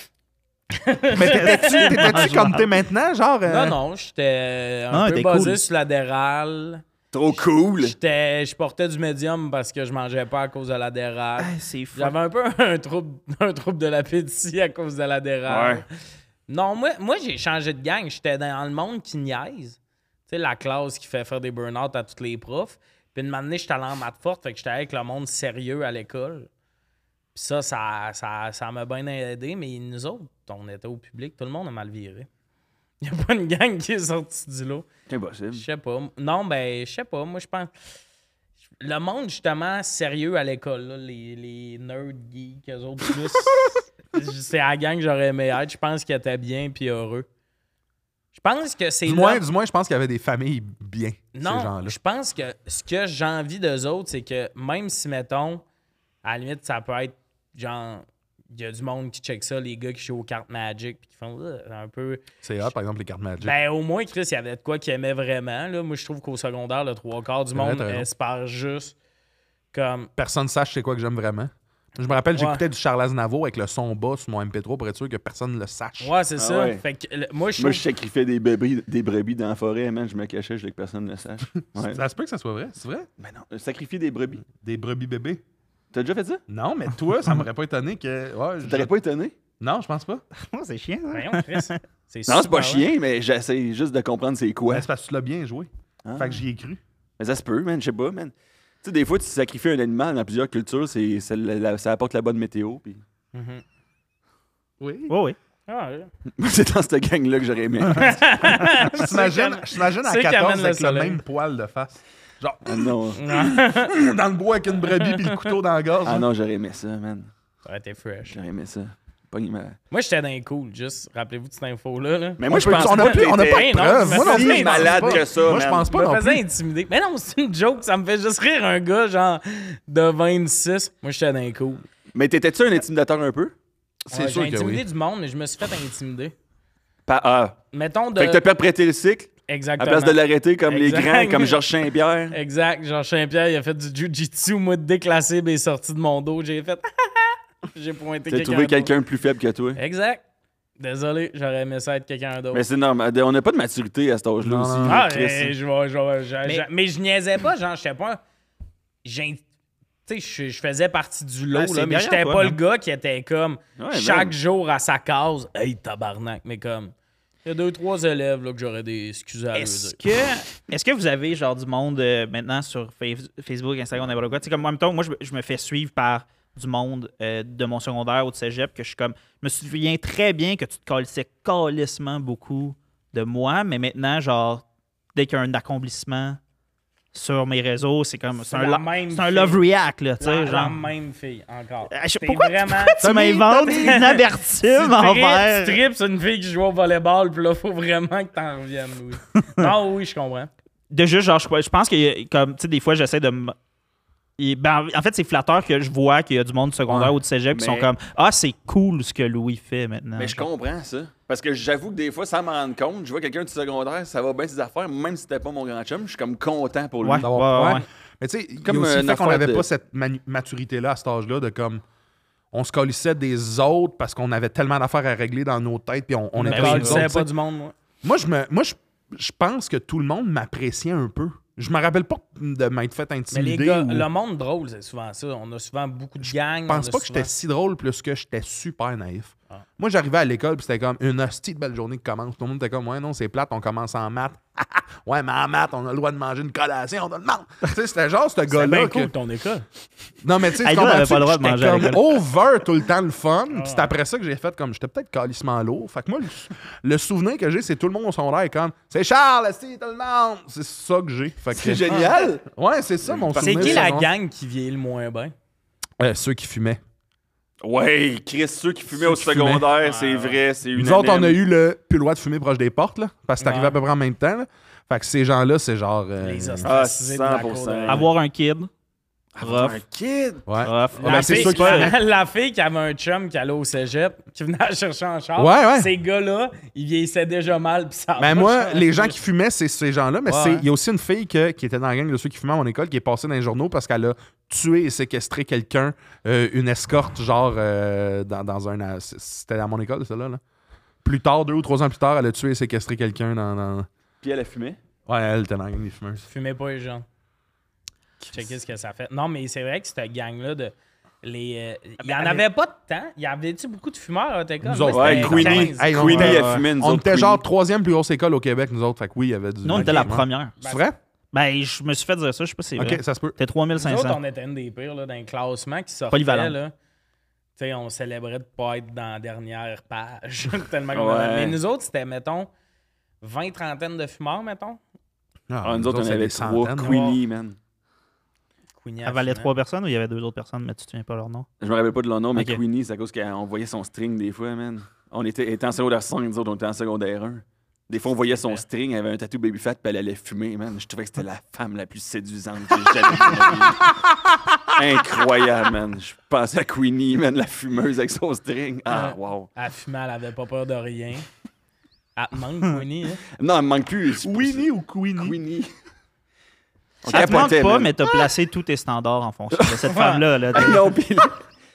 Mais t'étais-tu comme t'es maintenant, genre. Non, j'étais un Ah, peu t'es basé cool. sur l'adéral. Trop cool. Je portais du médium parce que je mangeais pas à cause de l'adéral. C'est fou. J'avais un peu un trouble de l'appétit à cause de l'adéral. Ouais. Non, moi j'ai changé de gang. J'étais dans le monde qui niaise. Tu sais, la classe qui fait faire des burn-out à tous les profs. Puis une matinée, j'étais allé en maths forte, fait que j'étais avec le monde sérieux à l'école. Puis ça m'a bien aidé, mais nous autres, on était au public, tout le monde a mal viré. Il n'y a pas une gang qui est sortie du lot. C'est impossible. Je sais pas. Non, ben, je sais pas. Moi, je pense. Le monde, justement, sérieux à l'école, là, les nerds geeks, eux autres plus. C'est à la gang que j'aurais aimé être. Je pense qu'ils étaient bien puis heureux. Je pense que c'est. Du moins, je pense qu'il y avait des familles bien, ces Non, gens-là. je pense que ce que j'ai envie d'eux autres, c'est que même si, mettons, à la limite, ça peut être genre. Il y a du monde qui check ça, les gars qui jouent aux cartes Magic puis qui font un peu. C'est hot, par exemple, les cartes Magic. Ben, au moins, Chris, il y avait de quoi qu'il aimait vraiment. Là. Moi, je trouve qu'au secondaire, le 3/4 du C'est vrai, monde t'as raison. espère juste comme. Personne ne sache c'est quoi que j'aime vraiment. Je me rappelle, Ouais. j'écoutais du Charles Aznavour avec le son bas sur mon MP3 pour être sûr que personne ne le sache. Ouais, c'est ça. ouais. Fait que, moi, je Moi, trouve... je sacrifiais des brebis dans la forêt, man. Je me cachais, je voulais que personne ne le sache. Ouais. Ça se peut que ça soit vrai, c'est vrai? Ben non, sacrifier des brebis. Des brebis bébés. T'as déjà fait ça? Non, mais toi, ça m'aurait pas étonné que... Ouais, T'aurais pas étonné? Non, je pense pas. C'est chiant, ça. Voyons, Chris. C'est Non, c'est pas super chien, mais j'essaie juste de comprendre c'est quoi. Ouais, c'est parce que tu l'as bien joué. Ah. Fait que j'y ai cru. Mais ça se peut, man, je sais pas, man. Tu sais, des fois, tu sacrifies un animal dans plusieurs cultures, ça apporte la bonne météo. Puis... Mhm. Oui. Oui, oui. Ah, ouais. Moi, c'est dans cette gang-là que j'aurais aimé. Je t'imagine à Ceux qui 14 amènent avec le le soleil. même poil de face. Genre, Ah non. dans le bois avec une brebis puis le couteau dans la gorge. Ah non, j'aurais aimé ça, man. Ça aurait été fresh. J'aurais aimé ça. Pogne ma- Moi, j'étais dans les cool, juste. Rappelez-vous de cette info-là. Là. Mais moi, je pense on pas n'a que on a pas t'étais de non, preuves. mais Moi non si plus, je pense malade pas. que ça, Moi, man. je pense Je pas me non faisais plus. intimider. Mais non, c'est une joke. Ça me fait juste rire un gars, genre, de 26. Moi, j'étais dans les cool. Mais t'étais-tu un intimidateur un peu? C'est Ouais, sûr j'ai que intimidé oui. du monde, mais je me suis fait intimider. Ah. Mettons de... Fait que t'as perprété le cycle, à Exactement. place de l'arrêter comme les Exact. grands, comme Georges Saint-Pierre. Exact. Genre, Saint-Pierre, il a fait du jiu-jitsu. Moi, déclassé, il est sorti de mon dos. J'ai fait... J'ai pointé T'as quelqu'un trouvé d'autre. quelqu'un de plus faible que toi. Exact. Désolé, j'aurais aimé ça être quelqu'un d'autre. Mais c'est normal. On n'a pas de maturité à cet âge-là Non, aussi. non, Ah, Chris. mais je niaisais pas, genre, j'étais pas... Tu sais, je faisais partie du lot, Ah, c'est là, mais derrière j'étais toi, pas non? le gars qui était comme Ouais, chaque ben. jour à sa case. Hey, tabarnak, mais comme... Il y a 2-3 élèves là, que j'aurais des excuses à eux Est-ce dire. que vous avez genre du monde maintenant sur Facebook, Instagram, n'importe quoi? Tu sais, comme en même temps, moi, je me fais suivre par du monde de mon secondaire ou de cégep que je suis comme... Je me souviens très bien que tu te calissais calissement beaucoup de moi, mais maintenant, genre, dès qu'il y a un accomplissement sur mes réseaux, c'est comme... C'est la un, même c'est un fille. love react, là, tu sais, La genre... même fille, encore. Je sais T'es pourquoi vraiment... tu m'inventes une amertume envers... Tu tripes sur une fille qui joue au volleyball, puis là, faut vraiment que t'en reviennes, oui. Non, oui, je comprends. De juste, genre, je pense que, comme, tu sais, des fois, j'essaie de en fait, c'est flatteur que je vois qu'il y a du monde du secondaire Ouais. ou du cégep qui Mais- sont comme « Ah, c'est cool ce que Louis fait maintenant. » Mais je comprends ça. Parce que j'avoue que des fois, sans m'en rendre compte, je vois quelqu'un du secondaire, ça va bien ses affaires, même si c'était pas mon grand chum, je suis comme content pour lui. Ouais. D'avoir- ouais. Mais tu sais, il y a Comme aussi le une fait qu'on affaire n'avait de- pas cette maturité-là à cet âge-là de comme... On se colissait des autres parce qu'on avait tellement d'affaires à régler dans nos têtes puis on Ben était oui, chez Je nous savais autres, pas tu sais. du monde, moi. Moi, je pense que tout le monde m'appréciait un peu. Je me rappelle pas de m'être fait Mais intimider. les gars, ou- le monde drôle, c'est souvent ça. On a souvent beaucoup de gangs. Je pense pas que j'étais si drôle plus que j'étais super naïf. Ah. Moi, j'arrivais à l'école puis c'était comme une hostie de belle journée qui commence. Tout le monde était comme, ouais, non, c'est plate, on commence en maths. Ouais, mais en maths, on a le droit de manger une collation, on a le demande. Tu sais, c'était genre ce C'est gars-là. bien que- cool ton école. Non, mais tu sais, Hey, tu nous, on avait comprends-tu pas le droit de que manger à j'étais l'école. comme over tout le temps le fun. Puis c'est après ça que j'ai fait comme, j'étais peut-être calissement lourd. Fait que moi, le souvenir que j'ai, c'est tout le monde au secondaire est comme, c'est Charles, c'est tout le monde. C'est ça que j'ai. Fait que- C'est génial! Ouais, c'est ça mon C'est souvenir. qui la secondaire. gang qui vieillit le moins bien? Ceux qui fumaient. Ouais, Chris, ceux qui fumaient Ceux au qui fumaient. secondaire, c'est vrai, c'est une Nous autres, on a eu le plus le droit de fumer proche des portes, là, parce que c'est arrivé Ouais. à peu près en même temps. Là. Fait que ces gens-là, c'est genre. Les Ah, ostracisés de la 100%. cour de- Avoir un kid, Avoir un kid! Ouais. rough. ben, La c'est fille, sûr qu'il fumait. la fille qui avait un chum qui allait au cégep, qui venait la chercher en char, Ouais, ouais. ces gars-là, ils vieillissaient déjà mal. Pis ça a Ben pas moi, changé. les gens qui fumaient, c'est ces gens-là, mais Ouais. il y a aussi une fille qui était dans la gang de ceux qui fumaient à mon école qui est passée dans les journaux parce qu'elle a tué et séquestré quelqu'un, une escorte, genre dans un. C'était à mon école, celle-là. Là. Plus tard, 2 ou 3 ans plus tard, elle a tué et séquestré quelqu'un dans. Puis elle a fumé. Ouais, elle était dans la gang des fumeuses. Fumez pas les gens. Checkez ce que ça fait. Non, mais c'est vrai que cette gang-là de. Il y en avait pas de temps. Il y avait-tu beaucoup de fumeurs à l'école? Nous autres, Moi, Ouais, c'était Queenie. 15. Hey, non, Queenie ouais, a ouais. fumé, nous On autres, était genre Queenie. 3e plus grosse école au Québec, nous autres. Fait que oui, il y avait du. Nous, on était la ouais. première. C'est vrai? Ben, je me suis fait dire ça, je sais pas si c'est vrai. Ok, ça se peut. C'était Nous autres, 3500. on était une des pires là, dans un classement qui sortait. Polyvalente. Là. Tu sais, on célébrait de pas être dans la dernière page. Tellement qu'on Ouais. avait- Mais nous autres, c'était, mettons, 20-30 de fumeurs, mettons. Ah, nous autres, on c'était avait des 3 centaines. Queenie, man. Queenie Elle valait fumait. 3 personnes ou il y avait 2 autres personnes, mais tu te souviens pas leur nom? Je me rappelle pas de leur nom, mais Ok. Queenie, c'est à cause qu'on voyait son string des fois, man. On était en secondaire 5, nous autres, on était en secondaire 1. Des fois, on voyait son string, elle avait un tatou baby fat, puis elle allait fumer, man. Je trouvais que c'était la femme la plus séduisante que j'ai jamais vue de ma vie. Incroyable, man. Je pensais à Queenie, man, la fumeuse avec son string. Ah, wow. Elle fumait, elle avait pas peur de rien. Elle te manque, Queenie. Hein? Non, elle me manque plus. Winnie ou Queenie? Queenie. On Ça te manque capotait, pas, man. mais t'as placé tous tes standards en fonction de cette femme-là. Là. Ah non, puis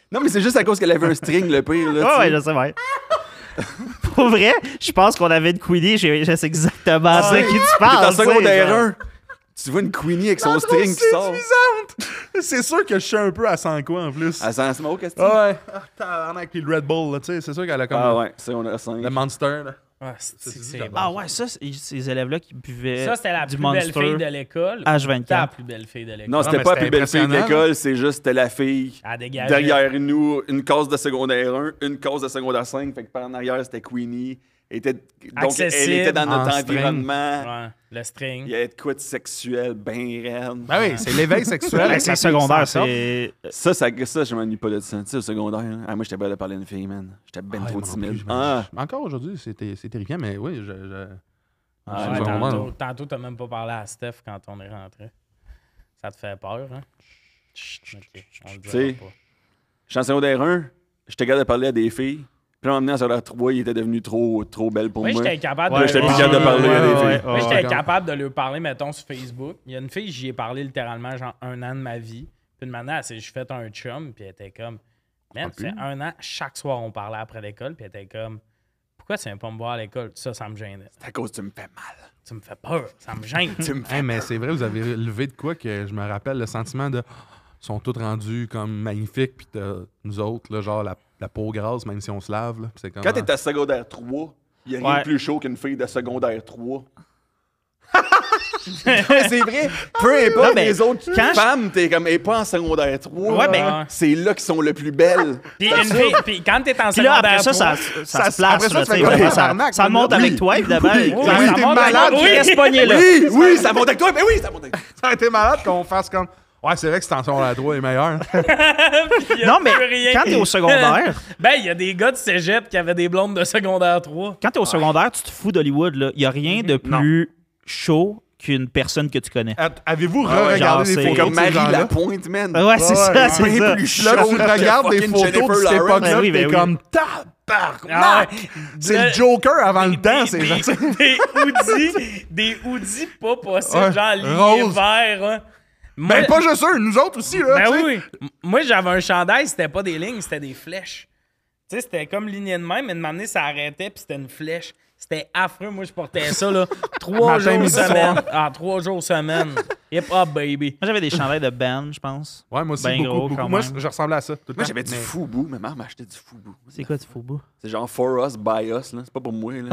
Non, mais c'est juste à cause qu'elle avait un string, le pire. Là, Ouais, je sais, ouais. Pour vrai, je pense qu'on avait une Queenie, je sais exactement de qui tu T'es parles. en secondaire genre. 1. Tu vois une Queenie avec son string qui sort. C'est sûr que je suis un peu à 100 quoi en plus. À Sans Smoke, qu'est-ce que Ouais. Avec le Red Bull, là, tu sais, c'est sûr qu'elle a comme Ah ouais, ça, on a 5. le Monster. Là. Ah, c'est bon. Ah ouais, ça, ces élèves-là qui buvaient Ça, c'était la du plus belle Monster. fille de l'école. H24. C'était la plus belle fille de l'école. Non, c'était mais pas la c'était plus belle fille de impressionnant. l'école, c'est juste c'était la fille Elle dégageait. derrière nous, une case de secondaire 1, une case de secondaire 5. Fait que par en arrière, c'était Queenie. Donc, Accessible. elle était dans notre En string. environnement. Ouais, le string. Il y avait de quoi de sexuel, ben raide. Ben oui, c'est l'éveil sexuel. Ouais, avec c'est la fille secondaire, qui s'en sort. c'est... Ça, je m'ennuie pas de ça. Tu sais, au secondaire, hein. Moi, j'étais pas de parler à une fille, man. J'étais ben Ah, trop moi non plus, timide. je Ah, Encore aujourd'hui, c'est terrifiant, mais oui, Ah, Ouais, ouais, tantôt, t'as même pas parlé à Steph quand on est rentré. Ça te fait peur, hein? Ok, on le Tu sais, dira pas. j'étais en secondaire 1, j'étais capable de parler à des filles. Puis là, en secondaire 3, il était devenu trop belle pour Oui, moi. j'étais capable Là, de... j'étais plus capable de parler à des filles. Moi, j'étais d'accord. capable de lui parler, mettons, sur Facebook. Il y a une fille, j'y ai parlé littéralement, genre, 1 an de ma vie. Puis une manière, j'ai fait un chum, puis elle était comme... Man, ça fait 1 an, chaque soir, on parlait après l'école, puis elle était comme... Pourquoi tu viens pas me voir à l'école? Ça me gênait. C'est à cause que tu me fais mal. Tu me fais peur, ça me gêne. Tu me fais Hey, mais c'est vrai, vous avez levé de quoi que je me rappelle le sentiment de ils sont tous rendus comme magnifiques, puis t'as nous autres, là, genre la peau grasse, même si on se lave. Là, c'est comme, Quand t'es à secondaire 3, il n'y a rien Ouais. de plus chaud qu'une fille de secondaire 3. Ouais, c'est vrai. Peu importe Non, mais les autres quand femmes, t'es comme, elle est pas en secondaire 3. Ouais, ben- c'est là qu'ils sont le plus belles. Puis une fille, puis quand t'es en Puis là, après secondaire ça, 3, ça se place. après ça, là, tu fais tu sais, comme vraiment, des arnaques, ça là. monte Oui. avec toi, évidemment. Oui, Ça t'es monte avec malade. toi. Oui. Reste pogné là. Oui, ça monte avec toi. Ben oui, ça monte avec toi. Ça a été malade qu'on fasse comme. Ouais, c'est vrai que Stenson la 3 est meilleur. il y a Non, mais plus rien. quand t'es au secondaire, Ben, il y a des gars de cégep qui avaient des blondes de secondaire 3. quand t'es au secondaire, tu te fous d'Hollywood. Là. Il n'y a rien de plus chaud qu'une personne que tu connais. Avez-vous Ah ouais, re-regardé genre, des c'est- photos Comme de ces Marie gens-là? Lapointe, man. Ouais, c'est ça, Bien c'est ça. plus Là, chaud tu que regardes des fucking photos de Jennifer cette Lawrence. époque-là, Ben oui, t'es ben oui. comme tabarnak! C'est le Joker avant le temps, c'est genre. Des hoodies pas possibles, Ouais, genre liés rose. verts. Hein. Moi, Ben, pas juste eux, nous autres aussi, là. ben tu sais. oui. Moi, j'avais un chandail, c'était pas des lignes, c'était des flèches. Tu sais, c'était comme ligné de même, mais de m'amener, ça arrêtait, puis c'était une flèche. C'était affreux. Moi, je portais ça, là, 3 Matin, jours midi, semaine. soir. Ah, 3 jours semaine. Hip-hop, baby. Moi, j'avais des chandails de band, je pense. Ouais, moi aussi, Ben gros, beaucoup. quand Moi, même. je ressemblais à ça. Tout le Moi, temps. j'avais du Mais- Fubu. Ma mère m'achetait du Fubu. C'est quoi du faux bout? C'est genre for us, by us, là. C'est pas pour moi, là.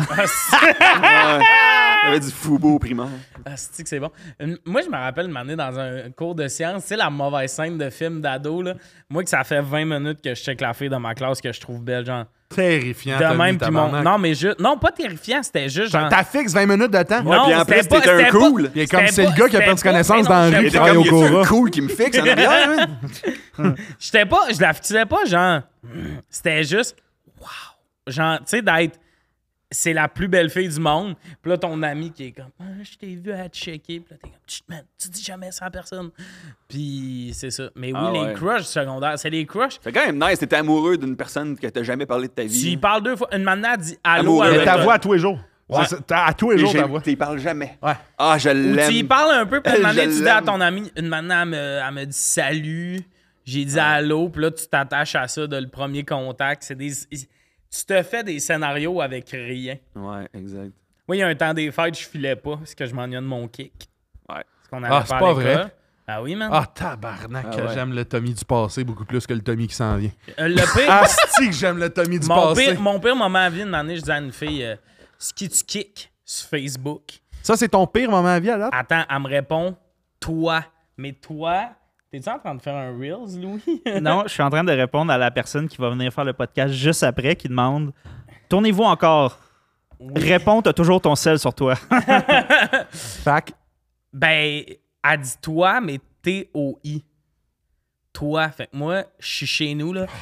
Ouais. J'avais du Fubu au primaire. Ah, c'est que c'est bon. Moi, je me rappelle m'amener dans un cours de sciences. Tu sais, la mauvaise scène de film d'ado, là. Moi, que ça fait 20 minutes que je check la fille de ma classe que je trouve belle, genre. Terrifiant. De Tommy, même, puis mon. tabarnak. Non, mais juste. Non, pas terrifiant, c'était juste genre. T'as fixe 20 minutes de temps. Ouais, puis en plus, c'était t'étais un c'était cool. Il est comme, c'était c'est le pas- gars qui a c'était perdu pas- connaissance mais dans non, la rue Il qui était travaille comme, au y a-tu un Cora. cool qui me fixe en arrière, man? J'étais pas. Je la fixais pas, genre. C'était juste. Wow. Genre, tu sais, d'être. C'est la plus belle fille du monde. Puis là, ton ami qui est comme, ah, je t'ai vu à te checker. Puis là, t'es comme, chut, man, tu dis jamais ça à personne. Puis c'est ça. Mais oui, Ah les ouais. crushs secondaires, c'est les crushs. C'est quand même nice. T'étais amoureux d'une personne que t'as jamais parlé de ta Tu vie. y parles 2 fois. Une manière, elle dit allô Amoureux. avec Mais ta toi. voix à tous les jours. Ouais. C'est ça, à tous les Mais jours, ta voix. t'y parles jamais. Ouais. Ah, je Ou tu y l'aime. parles un peu, puis une Je manière, tu dis à l'aime. ton ami, une manière, elle me dit salut. J'ai dit allô, puis là, tu t'attaches à ça de le premier contact. C'est des. Tu te fais des scénarios avec rien. Ouais, exact. Moi, il y a un temps des fêtes, je filais pas parce que je m'ennuyais de mon kick. Ouais. Ce qu'on avait Ah, fait c'est à pas l'école. vrai. Ah oui, man. Ah, tabarnak, Ah ouais. j'aime le Tommy du passé beaucoup plus que le Tommy qui s'en vient. Le pire, Asti que j'aime le Tommy du passé. mon pire moment à vie, une année, je disais à une fille, ce qui tu kick sur Facebook. Ça, c'est ton pire moment à vie à date? Attends, elle me répond, toi. Mais toi, t'es-tu en train de faire un Reels, Louis? Non, je suis en train de répondre à la personne qui va venir faire le podcast juste après, qui demande tournez-vous encore. Réponds, t'as toujours ton sel sur toi. Fac. Ben, elle dit toi, mais T-O-I. Toi. Fait que moi, je suis chez nous, là.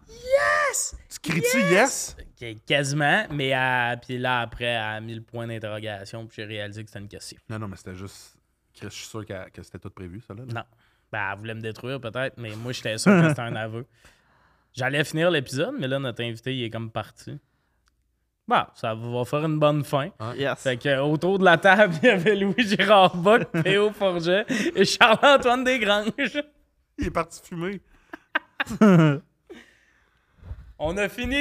Tu cries-tu yes? Quasiment, mais puis là, après, elle a mis le point d'interrogation, puis j'ai réalisé que c'était une question. Non, non, mais c'était juste. Chris, je suis sûr que c'était tout prévu, ça, là. Non. Ben, elle voulait me détruire, peut-être, mais moi, j'étais sûr que c'était un aveu. J'allais finir l'épisode, mais là, notre invité, il est comme parti. Bon, ça va faire une bonne fin. Yes. Fait que autour de la table, il y avait Louis-Gérard Bock, Théo Forget et Charles-Antoine Desgranges. Il est parti fumer. On a fini